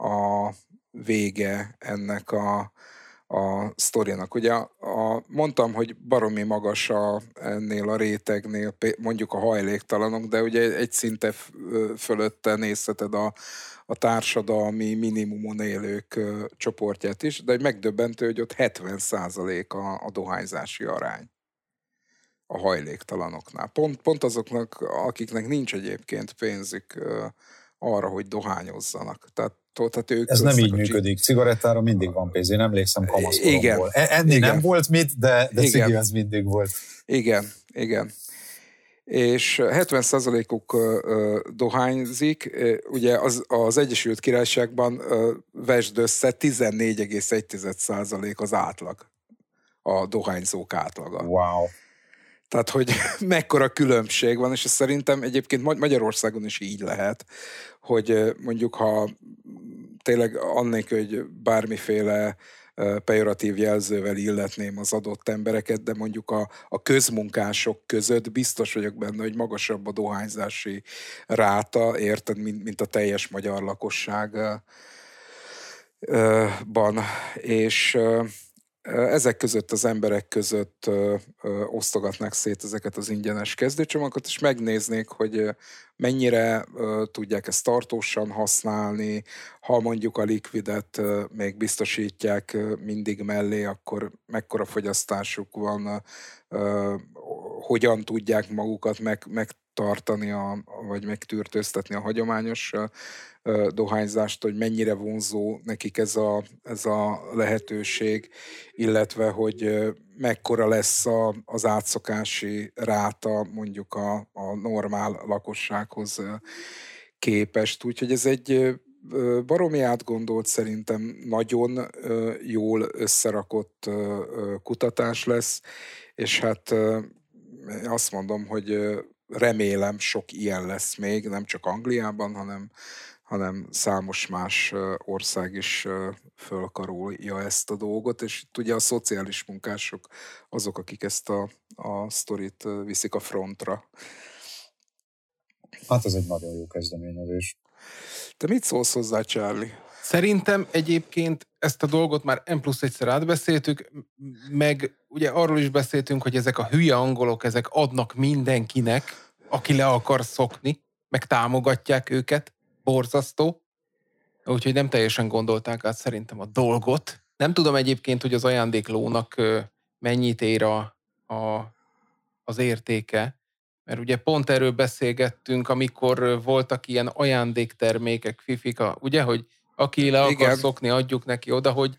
vége ennek a sztorinak. Ugye mondtam, hogy baromi magas ennél a rétegnél, mondjuk a hajléktalanok, de ugye egy szinte fölötte nézheted a társadalmi minimumon élők csoportját is, de megdöbbentő, hogy ott 70% a dohányzási arány a hajléktalanoknál. Pont azoknak, akiknek nincs egyébként pénzük arra, hogy dohányozzanak. Tehát ők ez nem így működik. Cigarettára mindig van pénz. Én emlékszem kamaszkoromból. Ennél nem volt mit, de cigi az mindig volt. Igen. És 70%-uk dohányzik. Ugye az Egyesült Királyságban vesd össze 14,1% az átlag. A dohányzók átlaga. Wow. Tehát, hogy mekkora különbség van, és szerintem egyébként Magyarországon is így lehet, hogy mondjuk, ha tényleg annélkül, hogy bármiféle pejoratív jelzővel illetném az adott embereket, de mondjuk a közmunkások között biztos vagyok benne, hogy magasabb a dohányzási ráta, érted, mint a teljes magyar lakosságban. És ezek között az emberek között osztogatnák szét ezeket az ingyenes kezdőcsomagokat, és megnéznék, hogy mennyire tudják ezt tartósan használni, ha mondjuk a likvidet még biztosítják mindig mellé, akkor mekkora fogyasztásuk van, hogyan tudják magukat megtartani, vagy megtürtőztetni a hagyományos dohányzást, hogy mennyire vonzó nekik ez a lehetőség, illetve hogy mekkora lesz az átszokási ráta mondjuk a normál lakossághoz képest. Úgyhogy ez egy baromi átgondolt, szerintem nagyon jól összerakott kutatás lesz, és hát azt mondom, hogy remélem sok ilyen lesz még, nem csak Angliában, hanem számos más ország is fölkarolja ezt a dolgot, és itt ugye a szociális munkások azok, akik ezt a sztorit viszik a frontra. Hát ez egy nagyon jó kezdeményezés. Te mit szólsz hozzá, Charlie? Szerintem egyébként ezt a dolgot már N+1-szer átbeszéltük, meg ugye arról is beszéltünk, hogy ezek a hülye angolok, ezek adnak mindenkinek, aki le akar szokni, meg támogatják őket, borzasztó. Úgyhogy nem teljesen gondolták át szerintem a dolgot. Nem tudom egyébként, hogy az ajándéklónak mennyit ér az értéke, mert ugye pont erről beszélgettünk, amikor voltak ilyen ajándéktermékek, fifika, ugye, hogy aki le akar szokni, adjuk neki oda, hogy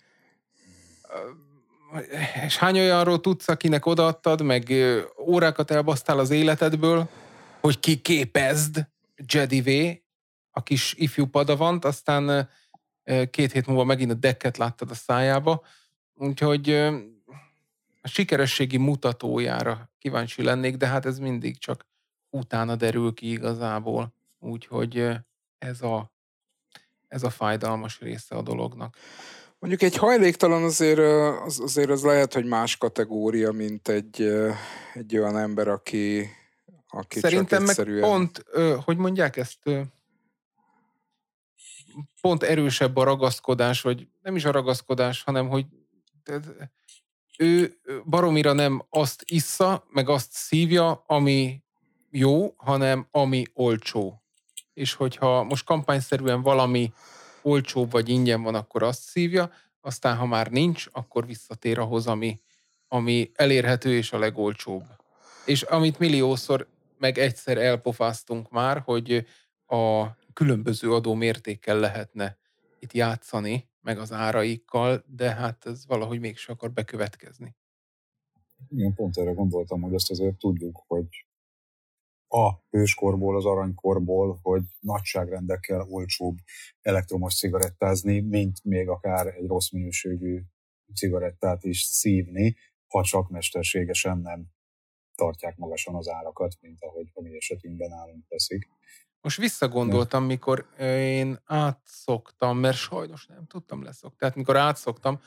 és hány olyanról tudsz, akinek odaadtad, meg órákat elbasztál az életedből, hogy kiképezd Jedivé, a kis ifjú padavant, aztán 2 hét múlva megint a decket láttad a szájába. Úgyhogy a sikerességi mutatójára kíváncsi lennék, de hát ez mindig csak utána derül ki igazából. Úgyhogy ez a fájdalmas része a dolognak. Mondjuk egy hajléktalan azért az lehet, hogy más kategória, mint egy olyan ember, aki szerintem csak egyszerűen... meg pont, hogy mondják ezt, pont erősebb a ragaszkodás, vagy nem is a ragaszkodás, hanem hogy ő baromira nem azt issza, meg azt szívja, ami jó, hanem ami olcsó. És hogyha most kampányszerűen valami olcsóbb vagy ingyen van, akkor azt szívja, aztán ha már nincs, akkor visszatér ahhoz, ami elérhető és a legolcsóbb. És amit milliószor meg egyszer elpofáztunk már, hogy a különböző adómértékkel lehetne itt játszani, meg az áraikkal, de hát ez valahogy mégse akar bekövetkezni. Én pont erre gondoltam, hogy azt azért tudjuk, hogy a hőskorból, az aranykorból, hogy nagyságrendekkel olcsóbb elektromos cigarettázni, mint még akár egy rossz minőségű cigarettát is szívni, ha csak mesterségesen nem tartják magasan az árakat, mint ahogy a mi esetünkben nálunk teszik. Most visszagondoltam, mikor én átszoktam, mert sajnos nem tudtam leszokni. Tehát mikor átszoktam,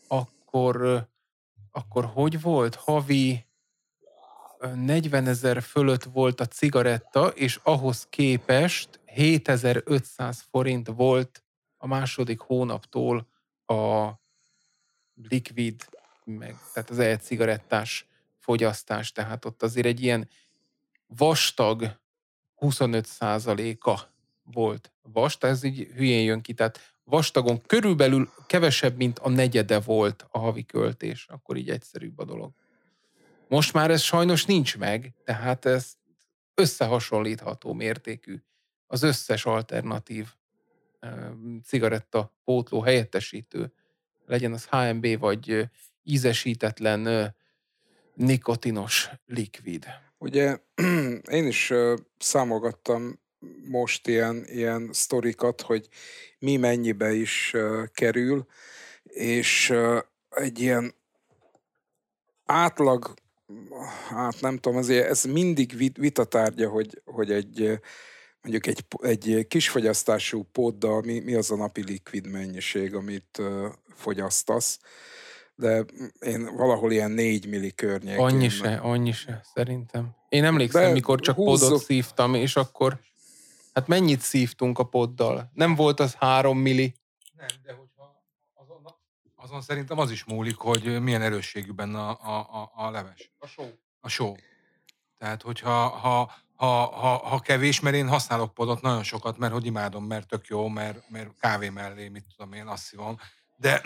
akkor hogy volt? Havi 40 000 fölött volt a cigaretta, és ahhoz képest 7500 forint volt a második hónaptól a likvid, tehát az e-cigarettás fogyasztás. Tehát ott azért egy ilyen vastag 25%-a volt vastag, ez így hülyén jön ki, tehát vastagon körülbelül kevesebb, mint a negyede volt a havi költés, akkor így egyszerűbb a dolog. Most már ez sajnos nincs meg, tehát ez összehasonlítható mértékű. Az összes alternatív cigaretta pótló helyettesítő, legyen az HMB vagy ízesítetlen nikotinos likvid. Ugye én is számolgattam most ilyen sztorikat, hogy mi mennyibe is kerül, és egy ilyen átlag, hát nem tudom, azért ez mindig vitatárgya, hogy mondjuk egy kisfogyasztású poddal mi az a napi likvid mennyiség, amit fogyasztasz, de én valahol ilyen 4 milli környékén. Annyi se, szerintem. Én emlékszem, mikor csak poddot szívtam, és akkor, hát mennyit szívtunk a poddal? Nem volt az 3 milli? Nem, de hogyha Azon szerintem az is múlik, hogy milyen erősségű benne a leves. A só. Tehát, hogyha ha kevés, mert én használok podot nagyon sokat, mert hogy imádom, mert tök jó, mert kávé mellé, mit tudom én, azt szívom. De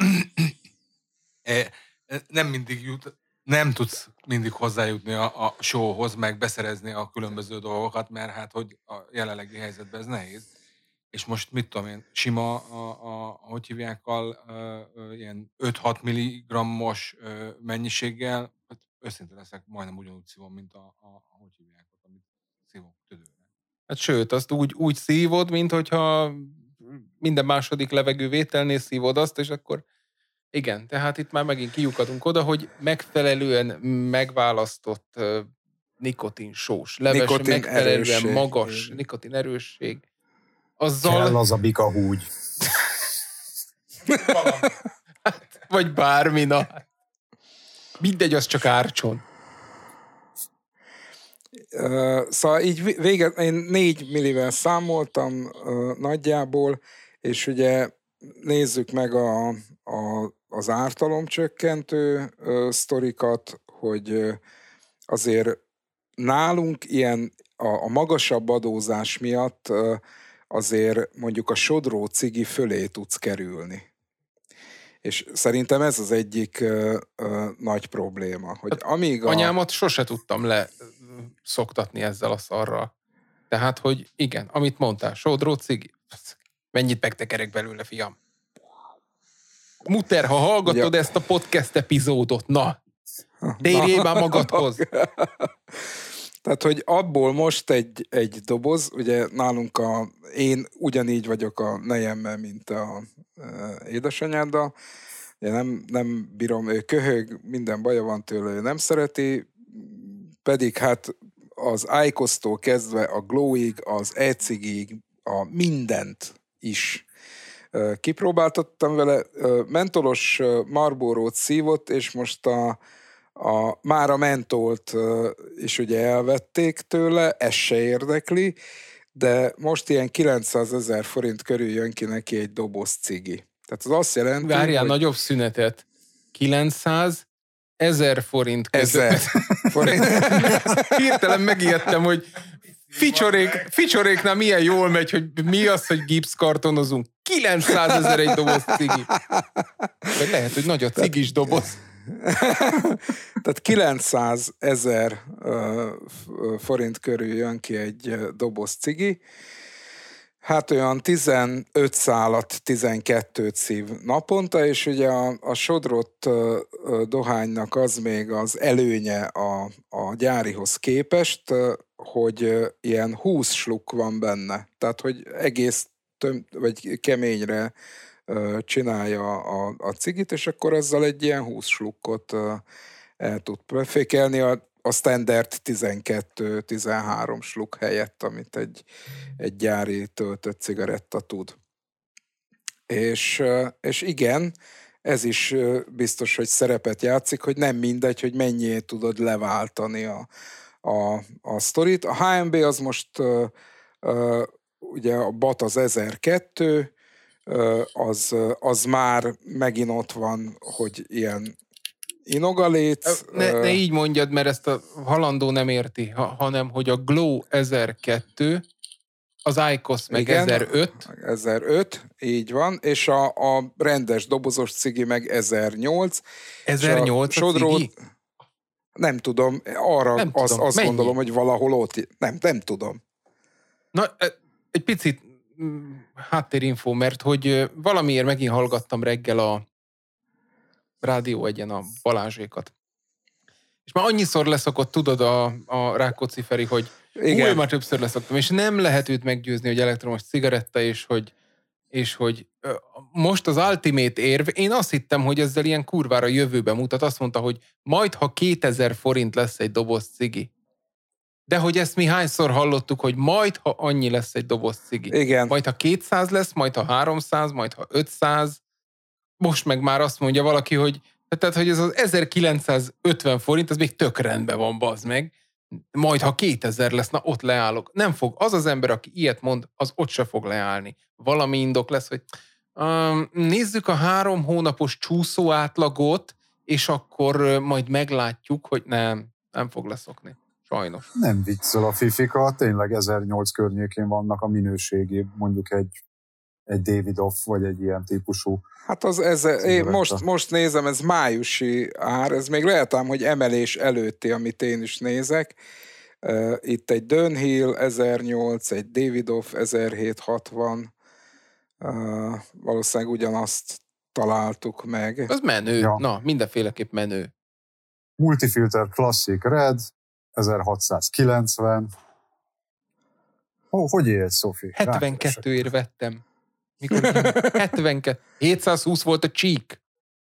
nem tudsz mindig hozzájutni a sóhoz, meg beszerezni a különböző dolgokat, mert hát, hogy a jelenlegi helyzetben ez nehéz. És most mit tudom én, sima, hogy hívjákkal, ilyen 5-6 milligrammos mennyiséggel, hát őszintén leszek, majdnem ugyanúgy szívom, mint hogy hívják, amit szívok tüdőre. Hát sőt, azt úgy szívod, mint hogyha minden második levegővételnél szívod azt, és akkor igen, tehát itt már megint kiukadunk oda, hogy megfelelően megválasztott nikotinsós leves, Nikotin megfelelően erősség. magas nikotin erősség. Azzal... Kell az a bika húgy. Vagy bármi, na. Mindegy, az csak árcson. Szóval így én 4 millivel számoltam nagyjából, és ugye nézzük meg az ártalomcsökkentő sztorikat, hogy azért nálunk ilyen a magasabb adózás miatt azért mondjuk a sodró cigi fölé tudsz kerülni. És szerintem ez az egyik nagy probléma, hogy amíg anyámat sose tudtam leszoktatni ezzel a szarral. Tehát, hogy igen, amit mondtál, sodró cigi, mennyit megtekerek belőle, fiam? Muter, ha hallgatod ezt a podcast epizódot, na, térjél már magadhoz. Tehát, hogy abból most egy doboz, ugye nálunk én ugyanígy vagyok a nejemmel, mint a édesanyáddal, ugye nem bírom, ő köhög, minden baja van tőle, ő nem szereti, pedig hát az IQOS-tól kezdve a Glow-ig, az e-cigig, a mindent is kipróbáltattam vele, mentolos Marlboro-t szívott, és most már a mentolt is ugye elvették tőle, ez se érdekli, de most ilyen 900 000 forint körül jön ki neki egy doboz cigi. Tehát az azt jelenti, várjál, hogy... nagyobb szünetet. 900 000 forint között. 1000 forint. Hirtelen megijedtem, hogy Ficsoréknál milyen jól megy, hogy mi az, hogy gipszkartonozunk. 900 000 egy doboz cigi. Vagy lehet, hogy nagy a cigis doboz. Tehát 900 000 forint körül jön ki egy doboz cigi. Hát olyan 15 szálat, 12 szív naponta, és ugye a sodrott dohánynak az még az előnye a gyárihoz képest, hogy ilyen 20 sluk van benne. Tehát, hogy egész vagy keményre csinálja a cigit, és akkor azzal egy ilyen 20 slukkot el tud befékelni a standard 12-13 sluk helyett, amit egy gyári töltött cigaretta tud. És igen, ez is biztos, hogy szerepet játszik, hogy nem mindegy, hogy mennyire tudod leváltani a sztorit. A HMB az most ugye a BAT az 1002, az már megint ott van, hogy ilyen inogaléc. Ne így mondjad, mert ezt a halandó nem érti, hanem hogy a Glow 1002, az IQOS meg igen, 1005. 1005, így van, és a rendes dobozos cigi meg 1008. 1008 a cigi? Nem tudom, arra nem tudom. Azt gondolom, hogy valahol ott, nem tudom. Na, egy picit háttérinfó, mert hogy valamiért megint hallgattam reggel a Rádió Egyen a Balázsékat. És már annyiszor leszokott, tudod, a Rákóczi Feri, hogy már többször leszoktam, és nem lehet őt meggyőzni, hogy elektromos cigaretta, és hogy most az ultimate érv, én azt hittem, hogy ezzel ilyen kurvára jövőbe mutat, azt mondta, hogy majd, ha 2000 forint lesz egy doboz cigi. De hogy ezt mi hányszor hallottuk, hogy majd, ha annyi lesz egy doboz cigi. Igen. Majd, ha 200 lesz, majd, ha 300, majd, ha 500. Most meg már azt mondja valaki, hogy tehát, hogy ez az 1950 forint, az még tök rendben van, bazd meg. Majd, ha 2000 lesz, na ott leállok. Nem fog. Az az ember, aki ilyet mond, az ott se fog leállni. Valami indok lesz, hogy Nézzük a 3 hónapos csúszó átlagot, és akkor majd meglátjuk, hogy nem fog leszokni. Sajnos. Nem viccel a fifika, tényleg 1008 környékén vannak a minőségi, mondjuk egy Davidoff, vagy egy ilyen típusú. Hát én most nézem, ez májusi ár, ez még lehet ám, hogy emelés előtti, amit én is nézek. Itt egy Dunhill 1008, egy Davidoff 1760, valószínűleg ugyanazt találtuk meg. Az menő. Ja. Na, mindenféleképp menő. Multifilter Classic Red 1690. Hogy élt, Szofi? 72-ért vettem. Mikor 72. 720 volt a csík.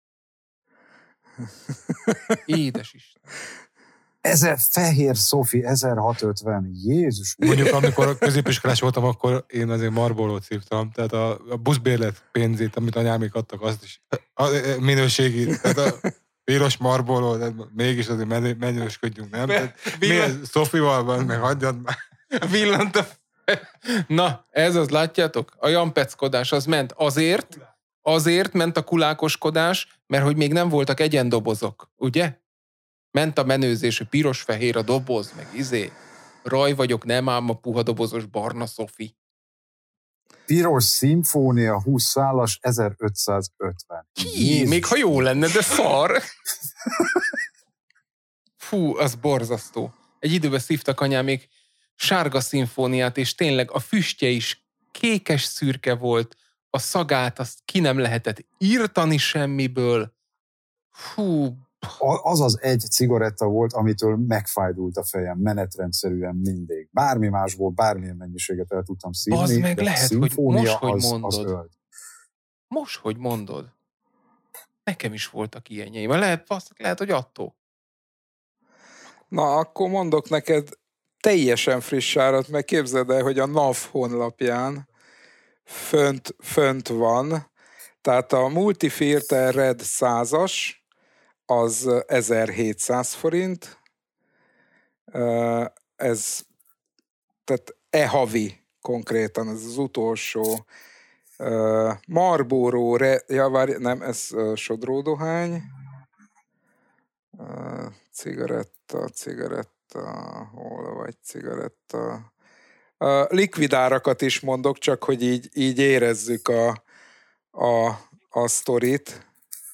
Édes Isten. Fehér Szofi 1650. Jézus. Mondjuk amikor középiskolás voltam, akkor én azért Marlboro-t szívtam. Tehát a buszbérlet pénzét, amit anyámék adtak, azt is a minőségi. Tehát a piros Marlboro, mégis azért menősködjünk, nem? Mi ez Szofival van, meg hagyjad már. Villant a... Na, ez az, látjátok? A jampeckodás az ment azért ment a kulákoskodás, mert hogy még nem voltak egyendobozok, ugye? Ment a menőzés, hogy piros-fehér a doboz, meg raj vagyok, nem ám a puha dobozos barna Szofi. Piros szimfónia 20 szálas 1550. Még ha jó lenne, de szar. Fú, az borzasztó. Egy időben szívtak anyámék sárga szimfóniát, és tényleg a füstje is kékes szürke volt, a szagát azt ki nem lehetett írtani semmiből. Fú. Az egy cigaretta volt, amitől megfájdult a fejem menetrendszerűen mindig. Bármi másból, bármilyen mennyiséget el tudtam szívni. Az meg lehet, hogy most, hogy mondod. Az most, hogy mondod. Nekem is voltak ilyenjeim. Lehet, hogy attól. Na, akkor mondok neked teljesen friss árat, meg képzeld el, hogy a NAV honlapján fönt van, tehát a Multifilter Red 100-as, az 1700 forint, ez, tehát havi konkrétan, ez az utolsó. Marlboro, nem, ez sodródohány, cigaretta, hol vagy cigaretta. Likvidárakat is mondok, csak hogy így érezzük a sztorit.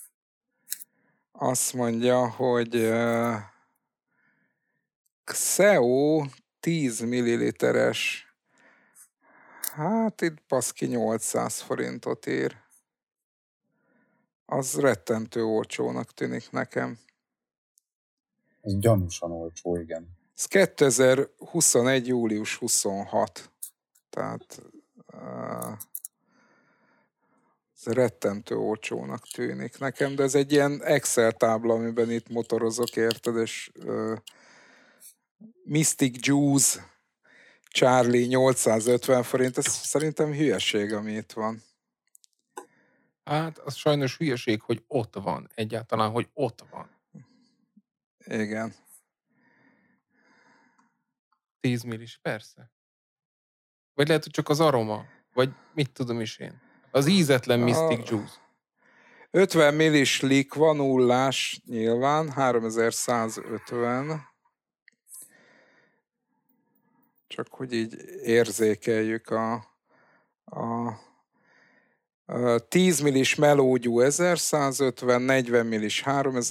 Azt mondja, hogy Xeo 10 milliliteres, hát itt baszki 800 forintot ír. Az rettentő olcsónak tűnik nekem. Ez gyanúsan olcsó, igen. Ez 2021. július 26. Tehát ez rettentő olcsónak tűnik nekem, de ez egy ilyen Excel tábla, amiben itt motorozok, érted, és Mystic Juice, Charlie 850 forint, ez szerintem hülyeség, ami itt van. Hát, az sajnos hülyeség, hogy ott van. Egyáltalán, hogy ott van. Igen. 10 millis, persze. Vagy lehet, hogy csak az aroma. Vagy mit tudom is én. Az ízetlen Mystic Juice. 50 millis likva, nullás nyilván, 3150. Csak hogy így érzékeljük a 10 millis melógyú 1150, 40 millis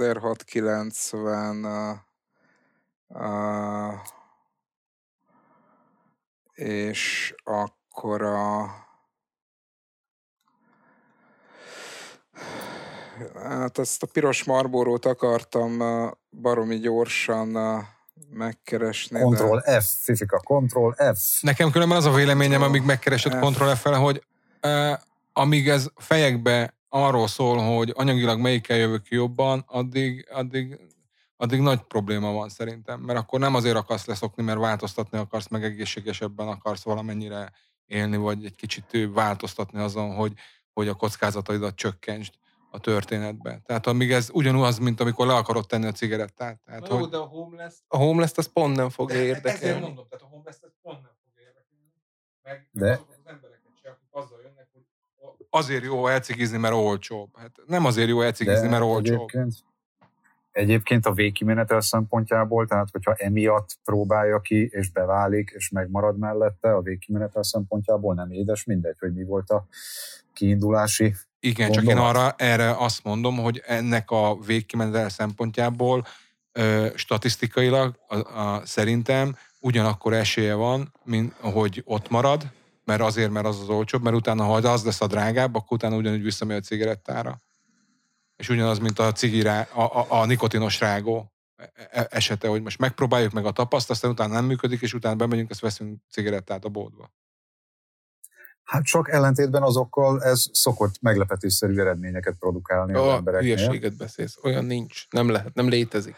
3690, és akkor hát ezt a piros Marlborót akartam baromi gyorsan megkeresni. Ctrl F, fifika, Ctrl F. Nekem különben az a véleményem, amíg megkeresed Ctrl F-fel, hogy amíg ez fejekbe arról szól, hogy anyagilag melyikkel jövök ki jobban, addig nagy probléma van szerintem. Mert akkor nem azért akarsz leszokni, mert változtatni akarsz, meg egészségesebben akarsz valamennyire élni, vagy egy kicsit változtatni azon, hogy a kockázataidat csökkentsd a történetbe. Tehát amíg ez ugyanaz, mint amikor le akarod tenni a cigarettát. Tehát, jó, de a homeless-t az pont nem fogja érdekelni. Ezért mondom, tehát a homeless-t pont nem fogja érdekelni. Meg de azok az embereket sem, akik azzal jönnek, hogy azért jó elcigizni, mert olcsóbb. Hát nem azért jó elcigizni, mert olcsóbb. Egyébként a végkimenetel szempontjából, tehát hogyha emiatt próbálja ki, és beválik, és megmarad mellette, a végkimenetel szempontjából nem édes, mindegy, hogy mi volt a kiindulási igen, gondolat. csak én erre azt mondom, hogy ennek a végkimenetel szempontjából statisztikailag szerintem ugyanakkor esélye van, mint hogy ott marad, mert az olcsóbb, mert utána, ha az lesz a drágább, akkor utána ugyanúgy visszamegy a cigarettára. És ugyanaz, mint a nikotinos rágó esete, hogy most megpróbáljuk meg a tapaszt, aztán utána nem működik, és utána bemegyünk, ezt veszünk cigarettát a boltba. Hát csak ellentétben azokkal ez szokott meglepetésszerű eredményeket produkálni az embereknél. Hülyeséget beszélsz, olyan nincs, nem lehet, nem létezik.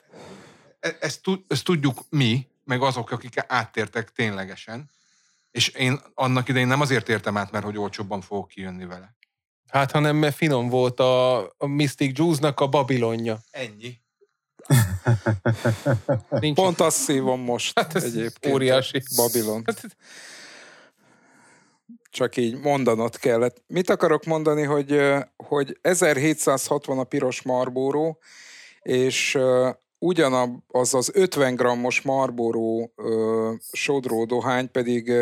Ezt tudjuk mi, meg azok, akik áttértek ténylegesen, és én annak idején nem azért értem át, mert hogy olcsóbban fogok kijönni vele. Hát, hanem mert finom volt a Mystic Juice-nak a Babilonja. Ennyi. Pont azt szívom most egyébként. Óriási. Babilon. Csak így mondanod kellett. Mit akarok mondani, hogy 1760 a piros Marlboro, és ugyanaz az 50 grammos Marlboro sodró dohány pedig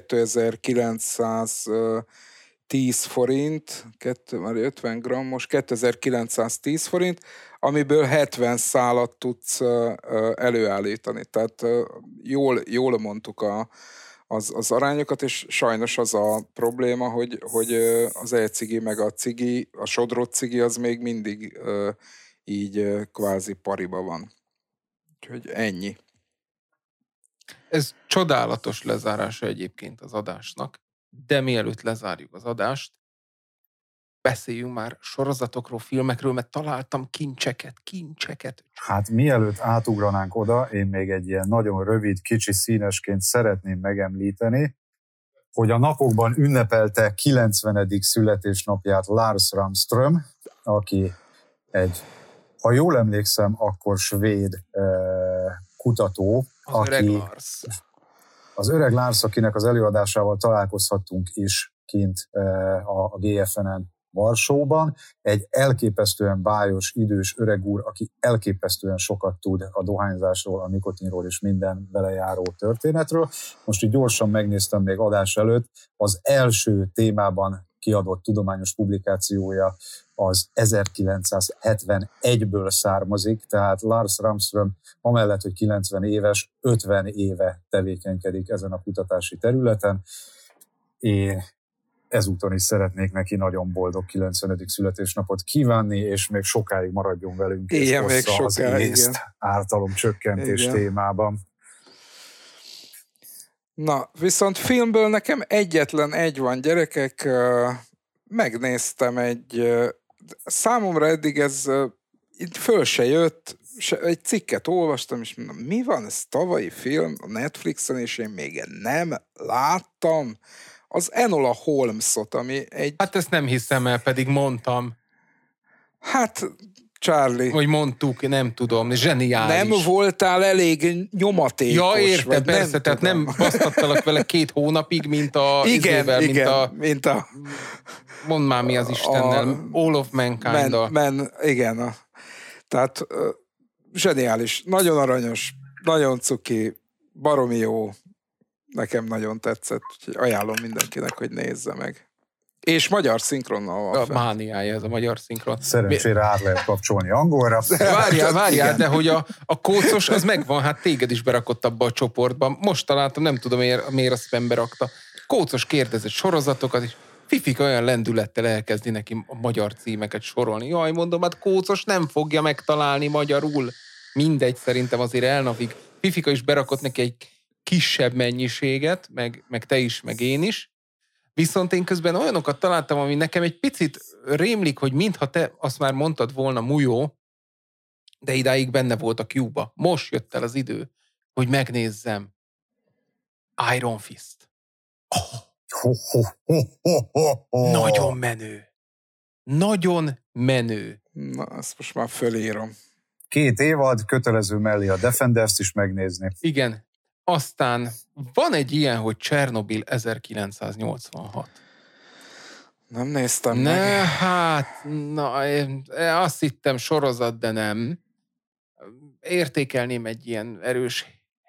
2910 forint, már 50 grammos, 2910 forint, amiből 70 szálat tudsz előállítani. Tehát jól mondtuk az arányokat, és sajnos az a probléma, hogy az e-cigi meg a cigi, a sodrott cigi az még mindig így kvázi pariba van. Úgyhogy ennyi. Ez csodálatos lezárása egyébként az adásnak, de mielőtt lezárjuk az adást, beszéljünk már sorozatokról, filmekről, mert találtam kincseket. Hát mielőtt átugranánk oda, én még egy ilyen nagyon rövid, kicsi színesként szeretném megemlíteni, hogy a napokban ünnepelte 90. születésnapját Lars Ramström, aki ha jól emlékszem, akkor svéd kutató. Az öreg Lars, akinek az előadásával találkozhattunk is kint a GFN-en Varsóban. Egy elképesztően bájos, idős öreg úr, aki elképesztően sokat tud a dohányzásról, a nikotinról és minden belejáró történetről. Most így gyorsan megnéztem még adás előtt, az első témában kiadott tudományos publikációja az 1971-ből származik, tehát Lars Ramström amellett, hogy 90 éves, 50 éve tevékenykedik ezen a kutatási területen. Én ezúton is szeretnék neki nagyon boldog 90. születésnapot kívánni, és még sokáig maradjon velünk, és hossza az észt ártalomcsökkentés témában. Na, viszont filmből nekem egyetlen egy van, gyerekek, megnéztem számomra eddig ez itt föl se jött, egy cikket olvastam, és mondom, mi van, ez tavalyi film a Netflixen, és én még nem láttam, az Enola Holmesot, ami egy... Hát ezt nem hiszem el, pedig mondtam. Hát, Charlie. Hogy mondtuk, nem tudom, zseniális. Nem voltál elég nyomatékos. Ja, értem, persze, tehát nem basztattalak vele 2 hónapig, mint a... mint a... Mondd már mi az Istennel, All of Mankind-a. Igen, tehát zseniális, nagyon aranyos, nagyon cuki, baromi jó. Nekem nagyon tetszett, úgyhogy ajánlom mindenkinek, hogy nézze meg. És magyar szinkronnal van. A mániája ez a magyar szinkron. Szerencsére át lehet kapcsolni angolra. Várjál, de hogy a kócos az megvan, hát téged is berakott abba a csoportban. Most találtam, nem tudom miért a spambe rakta. Kócos kérdezett sorozatokat, és Fifik olyan lendülettel elkezdi neki a magyar címeket sorolni. Jaj, mondom, hát Kócos nem fogja megtalálni magyarul. Mindegy, szerintem azért elnavig. Fifika is berakott neki egy kisebb mennyiséget, meg te is, meg én is. Viszont én közben olyanokat találtam, ami nekem egy picit rémlik, hogy mintha te azt már mondtad volna Mujó, de idáig benne volt a Q-ba. Most jött el az idő, hogy megnézzem Iron Fist. Nagyon menő. Nagyon menő. Na, ezt most már fölírom. 2 évad, kötelező mellé a Defenders is megnézni. Igen. Aztán van egy ilyen, hogy Csernobil 1986. Nem néztem Ne, meg. hát, én azt hittem sorozat, de nem. Értékelném egy ilyen erős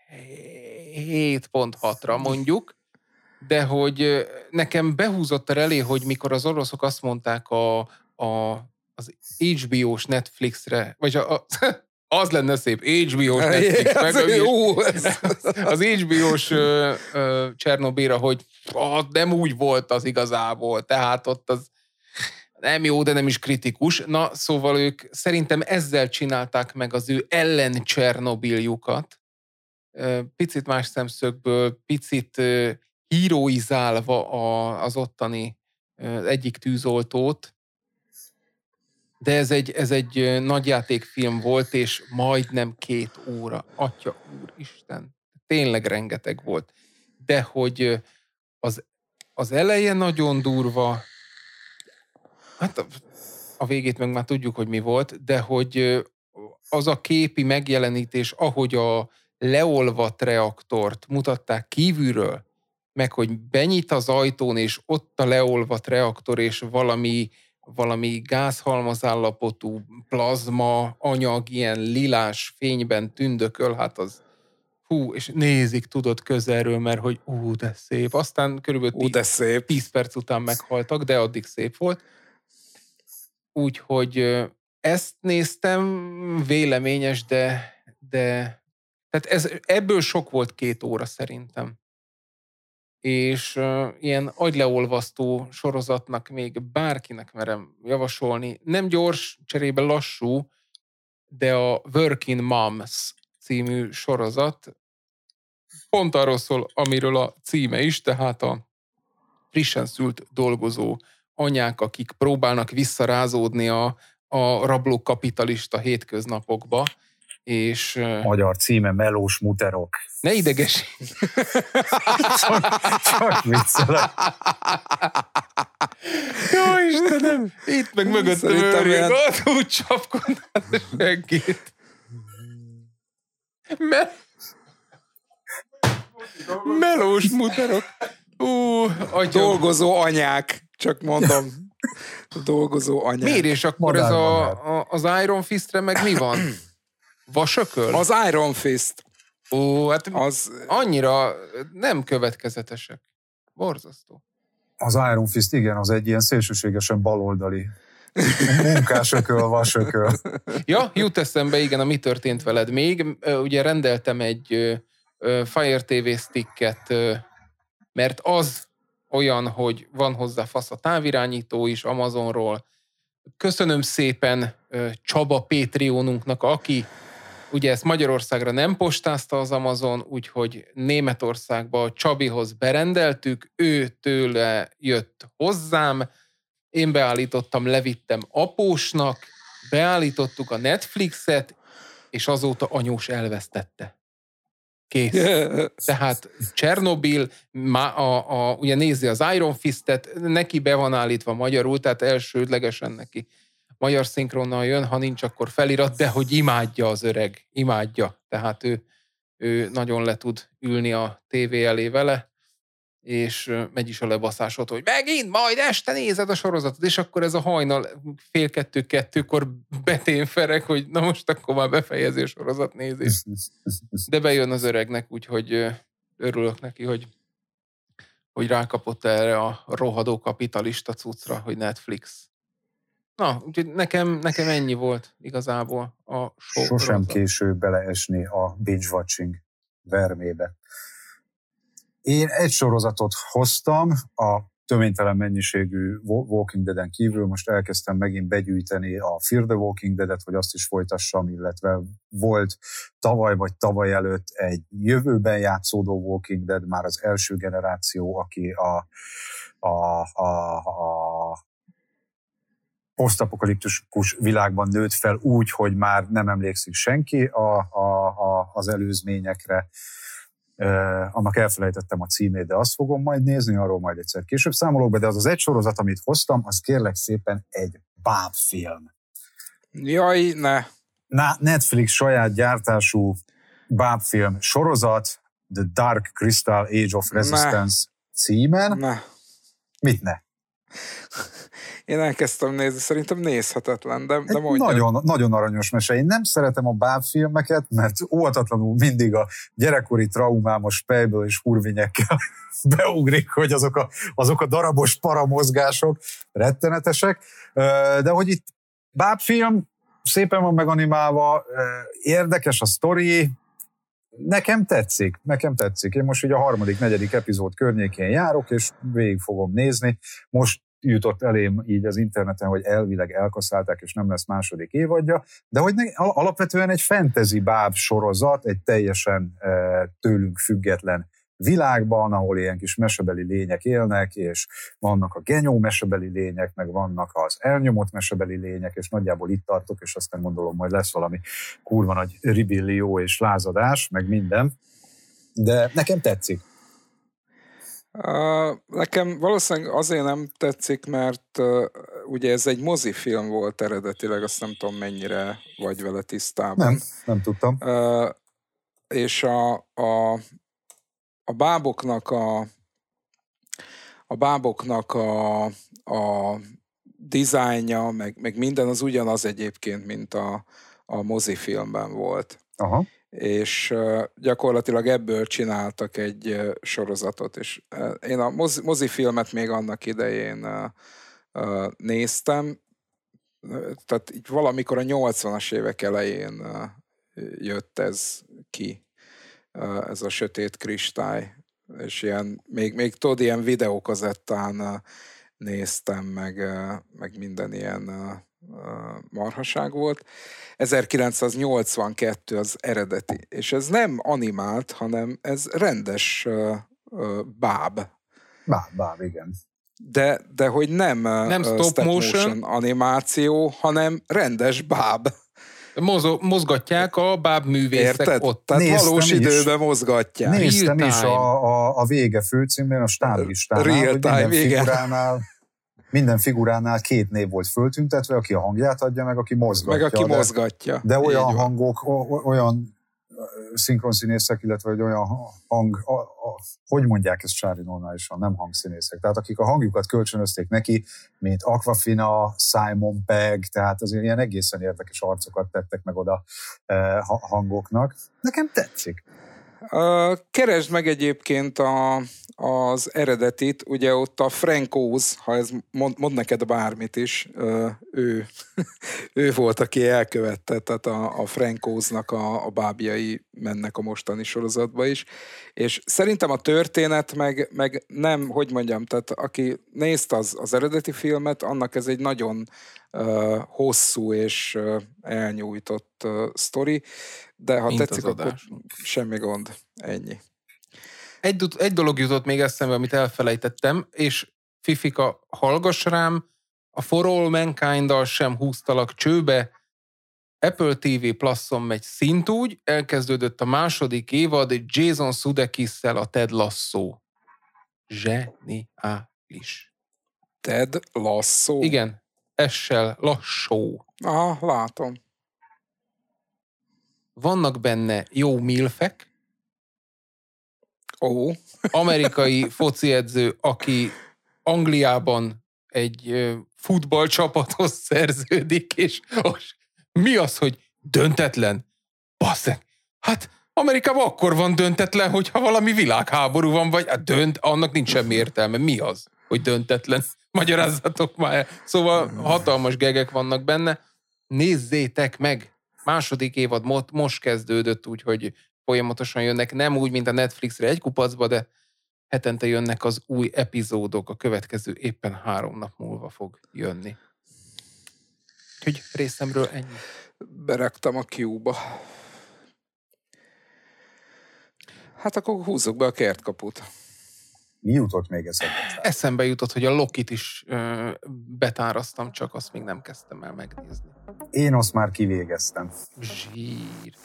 7.6-ra mondjuk, de hogy nekem behúzott a relé, hogy mikor az oroszok azt mondták az HBO-s Netflixre, vagy az lenne szép, HBO-s Netflix, meg az HBO-s Csernobélra, hogy nem úgy volt az igazából, tehát ott az nem jó, de nem is kritikus. Na, szóval ők szerintem ezzel csinálták meg az ő ellen Csernobiljukat. Picit más szemszögből, picit híróizálva az ottani egyik tűzoltót, de ez egy nagyjátékfilm volt, és majdnem 2 óra. Atya úristen, tényleg rengeteg volt. De hogy az eleje nagyon durva, hát a végét meg már tudjuk, hogy mi volt, de hogy az a képi megjelenítés, ahogy a leolvadt reaktort mutatták kívülről, meg hogy benyit az ajtón, és ott a leolvadt reaktor, és valami gázhalmazállapotú plazma anyag ilyen lilás fényben tündököl, hát az és nézik, tudod, közelről, mert hogy de szép. Aztán körülbelül 10 perc után meghaltak, de addig szép volt. Úgyhogy ezt néztem, véleményes, de tehát ebből sok volt 2 óra szerintem. És ilyen agyleolvasztó sorozatnak még bárkinek merem javasolni. Nem gyors, cserébe lassú, de a Working Moms című sorozat pont arról szól, amiről a címe is, tehát a frissen szült dolgozó anyák, akik próbálnak visszarázódni a rablókapitalista hétköznapokba, és... Magyar címe Melós muterok. Ne idegesíts! Csak viccelek. Jó Istenem! Itt meg mögöttem őrjük, ott úgy csapkodnád a seggét. Melós muterok. Dolgozó anyák, csak mondom. Dolgozó anyák. Miért, és akkor ez az Iron Fistre meg mi van? Vasököl? Az Iron Fist. Hát annyira nem következetesek. Borzasztó. Az Iron Fist, igen, az egy ilyen szélsőségesen baloldali munkásököl, vasököl. Ja, jut eszembe, igen, a Mi történt veled még. Ugye rendeltem egy Fire TV sticket, mert az olyan, hogy van hozzá fasz a távirányító is Amazonról. Köszönöm szépen Csaba Patreonunknak, aki ugye ezt Magyarországra nem postázta az Amazon, úgyhogy Németországba Csabihoz berendeltük, ő tőle jött hozzám, én beállítottam, levittem apósnak, beállítottuk a Netflixet, és azóta anyós elvesztette. Kész. Tehát Csernobil, ugye nézi az Iron Fistet, neki be van állítva magyarul, tehát elsődlegesen neki magyar szinkronnal jön, ha nincs, akkor felirat, de hogy imádja az öreg, imádja. Tehát ő nagyon le tud ülni a tévé elé vele, és megy is a lebaszásot, hogy megint majd este nézed a sorozatot, és akkor ez a hajnal 1:30-2-kor beténfereg, hogy na most akkor már befejezi a sorozatnézést. De bejön az öregnek, úgyhogy örülök neki, hogy rákapott erre a rohadó kapitalista cuccra, hogy Netflix. Na, úgyhogy nekem ennyi volt igazából a show. Sosem késő beleesni a binge-watching vermébe. Én egy sorozatot hoztam, a töménytelen mennyiségű Walking Dead-en kívül, most elkezdtem megint begyűjteni a Fear the Walking Dead-et, hogy azt is folytassam, illetve volt tavaly vagy tavaly előtt egy jövőben játszódó Walking Dead, már az első generáció, aki a posztapokaliptikus világban nőtt fel úgy, hogy már nem emlékszik senki az előzményekre. Annak elfelejtettem a címét, de azt fogom majd nézni, arról majd egyszer később számolok be, de az egy sorozat, amit hoztam, az kérlek szépen egy bábfilm. Jaj, ne! Netflix saját gyártású bábfilm sorozat, The Dark Crystal Age of Resistance címen. Ne. Mit ne? Én elkezdtem nézni, szerintem nézhetetlen, de mondjam. Nagyon, nagyon aranyos mese. Én nem szeretem a bábfilmeket, mert óvatatlanul mindig a gyerekkori traumám a spejből és hurvinyekkel beugrik, hogy azok a darabos paramozgások rettenetesek. De hogy itt bábfilm, szépen van meganimálva, érdekes a sztori, nekem tetszik. Én most ugye a 3.-4. epizód környékén járok, és végig fogom nézni. Most jutott elém így az interneten, hogy elvileg elkaszálták, és nem lesz második évadja, de hogy alapvetően egy fantasy báb sorozat, egy teljesen tőlünk független világban, ahol ilyen kis mesebeli lények élnek, és vannak a genyó mesebeli lények, meg vannak az elnyomott mesebeli lények, és nagyjából itt tartok, és aztán gondolom, majd lesz valami kurva nagy ribillió és lázadás, meg minden. De nekem tetszik. Nekem valószínűleg azért nem tetszik, mert ugye ez egy mozifilm volt eredetileg, azt nem tudom mennyire vagy vele tisztában. Nem tudtam. És a báboknak a dizájnja, meg minden az ugyanaz egyébként, mint a mozifilmben volt. Aha. És gyakorlatilag ebből csináltak egy sorozatot, és én a mozifilmet még annak idején néztem, tehát így valamikor a 80-as évek elején jött ez ki, ez a Sötét kristály, és ilyen, még tudod, ilyen videókazettán néztem, meg minden ilyen marhaság volt. 1982 az eredeti, és ez nem animált, hanem ez rendes báb. Báb, igen. De hogy nem stop motion animáció, hanem rendes báb. Mozgatják a báb művészek. Érted? Ott. Tehát valós időben mozgatják. Néztem is a vége főcímben, a stáblistánál, hogy minden figuránál 2 név volt föltüntetve, aki a hangját adja, meg aki mozgatja. Meg aki mozgatja. De olyan hangok, olyan szinkronszínészek, illetve hogy olyan hang, hogy mondják ezt Sárinónálisan, nem hangszínészek. Tehát akik a hangjukat kölcsönözték neki, mint Aquafina, Simon Pegg, tehát azért ilyen egészen érdekes arcokat tettek meg oda hangoknak. Nekem tetszik. Keresd meg egyébként az eredetit, ugye ott a Frank Oz, ha ez mond neked bármit is, ő volt, aki elkövette, tehát a Frank Oznak a bábjai mennek a mostani sorozatba is, és szerintem a történet meg nem, hogy mondjam, tehát aki nézte az eredeti filmet, annak ez egy nagyon hosszú és elnyújtott sztori, de ha tetszik, akkor semmi gond. Ennyi. Egy dolog jutott még eszembe, amit elfelejtettem, és Fifika, hallgass rám, a For All Mankind-dal sem húztalak csőbe, Apple TV Plus-on megy szintúgy, elkezdődött a második évad Jason Sudeikis-szel a Ted Lasso. Zseniális. Ted Lasso? Igen, S-sel Lasso. Aha, látom. Vannak benne jó milfek, amerikai fociedző, aki Angliában egy futballcsapathoz szerződik, és mi az, hogy döntetlen? Basszeg, hát Amerikában akkor van döntetlen, hogyha valami világháború van, vagy annak nincs semmi értelme. Mi az, hogy döntetlen? Magyarázzatok már. Szóval hatalmas gegek vannak benne. Nézzétek meg! Második évad most kezdődött, úgyhogy folyamatosan jönnek, nem úgy, mint a Netflixre egy kupacba, de hetente jönnek az új epizódok, a következő éppen 3 nap múlva fog jönni. Úgyhogy részemről ennyi. Beraktam a Q-ba. Hát akkor húzzuk be a kertkaput. Mi jutott még eszembe? Eszembe jutott, hogy a Lokit is betáraztam, csak azt még nem kezdtem el megnézni. Én azt már kivégeztem. Zsír.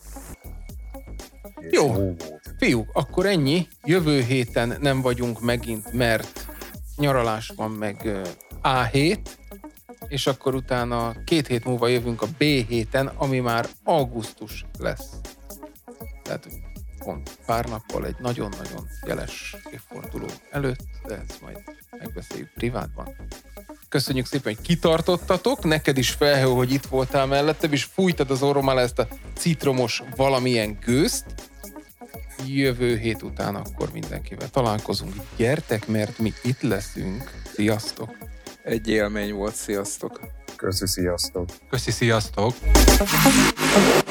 Jó, fiúk, akkor ennyi. Jövő héten nem vagyunk megint, mert nyaralás van, meg A hét, és akkor utána 2 hét múlva jövünk a B héten, ami már augusztus lesz. Tehát pont pár nappal egy nagyon-nagyon jeles évforduló előtt, de ezt majd megbeszéljük privátban. Köszönjük szépen, hogy kitartottatok. Neked is Felhő, hogy itt voltál mellettem, és fújtad az orrom ezt a citromos valamilyen gőzt. Jövő hét után akkor mindenkivel találkozunk. Gyertek, mert mi itt leszünk. Sziasztok! Egy élmény volt, sziasztok! Köszi, sziasztok! Köszi, sziasztok!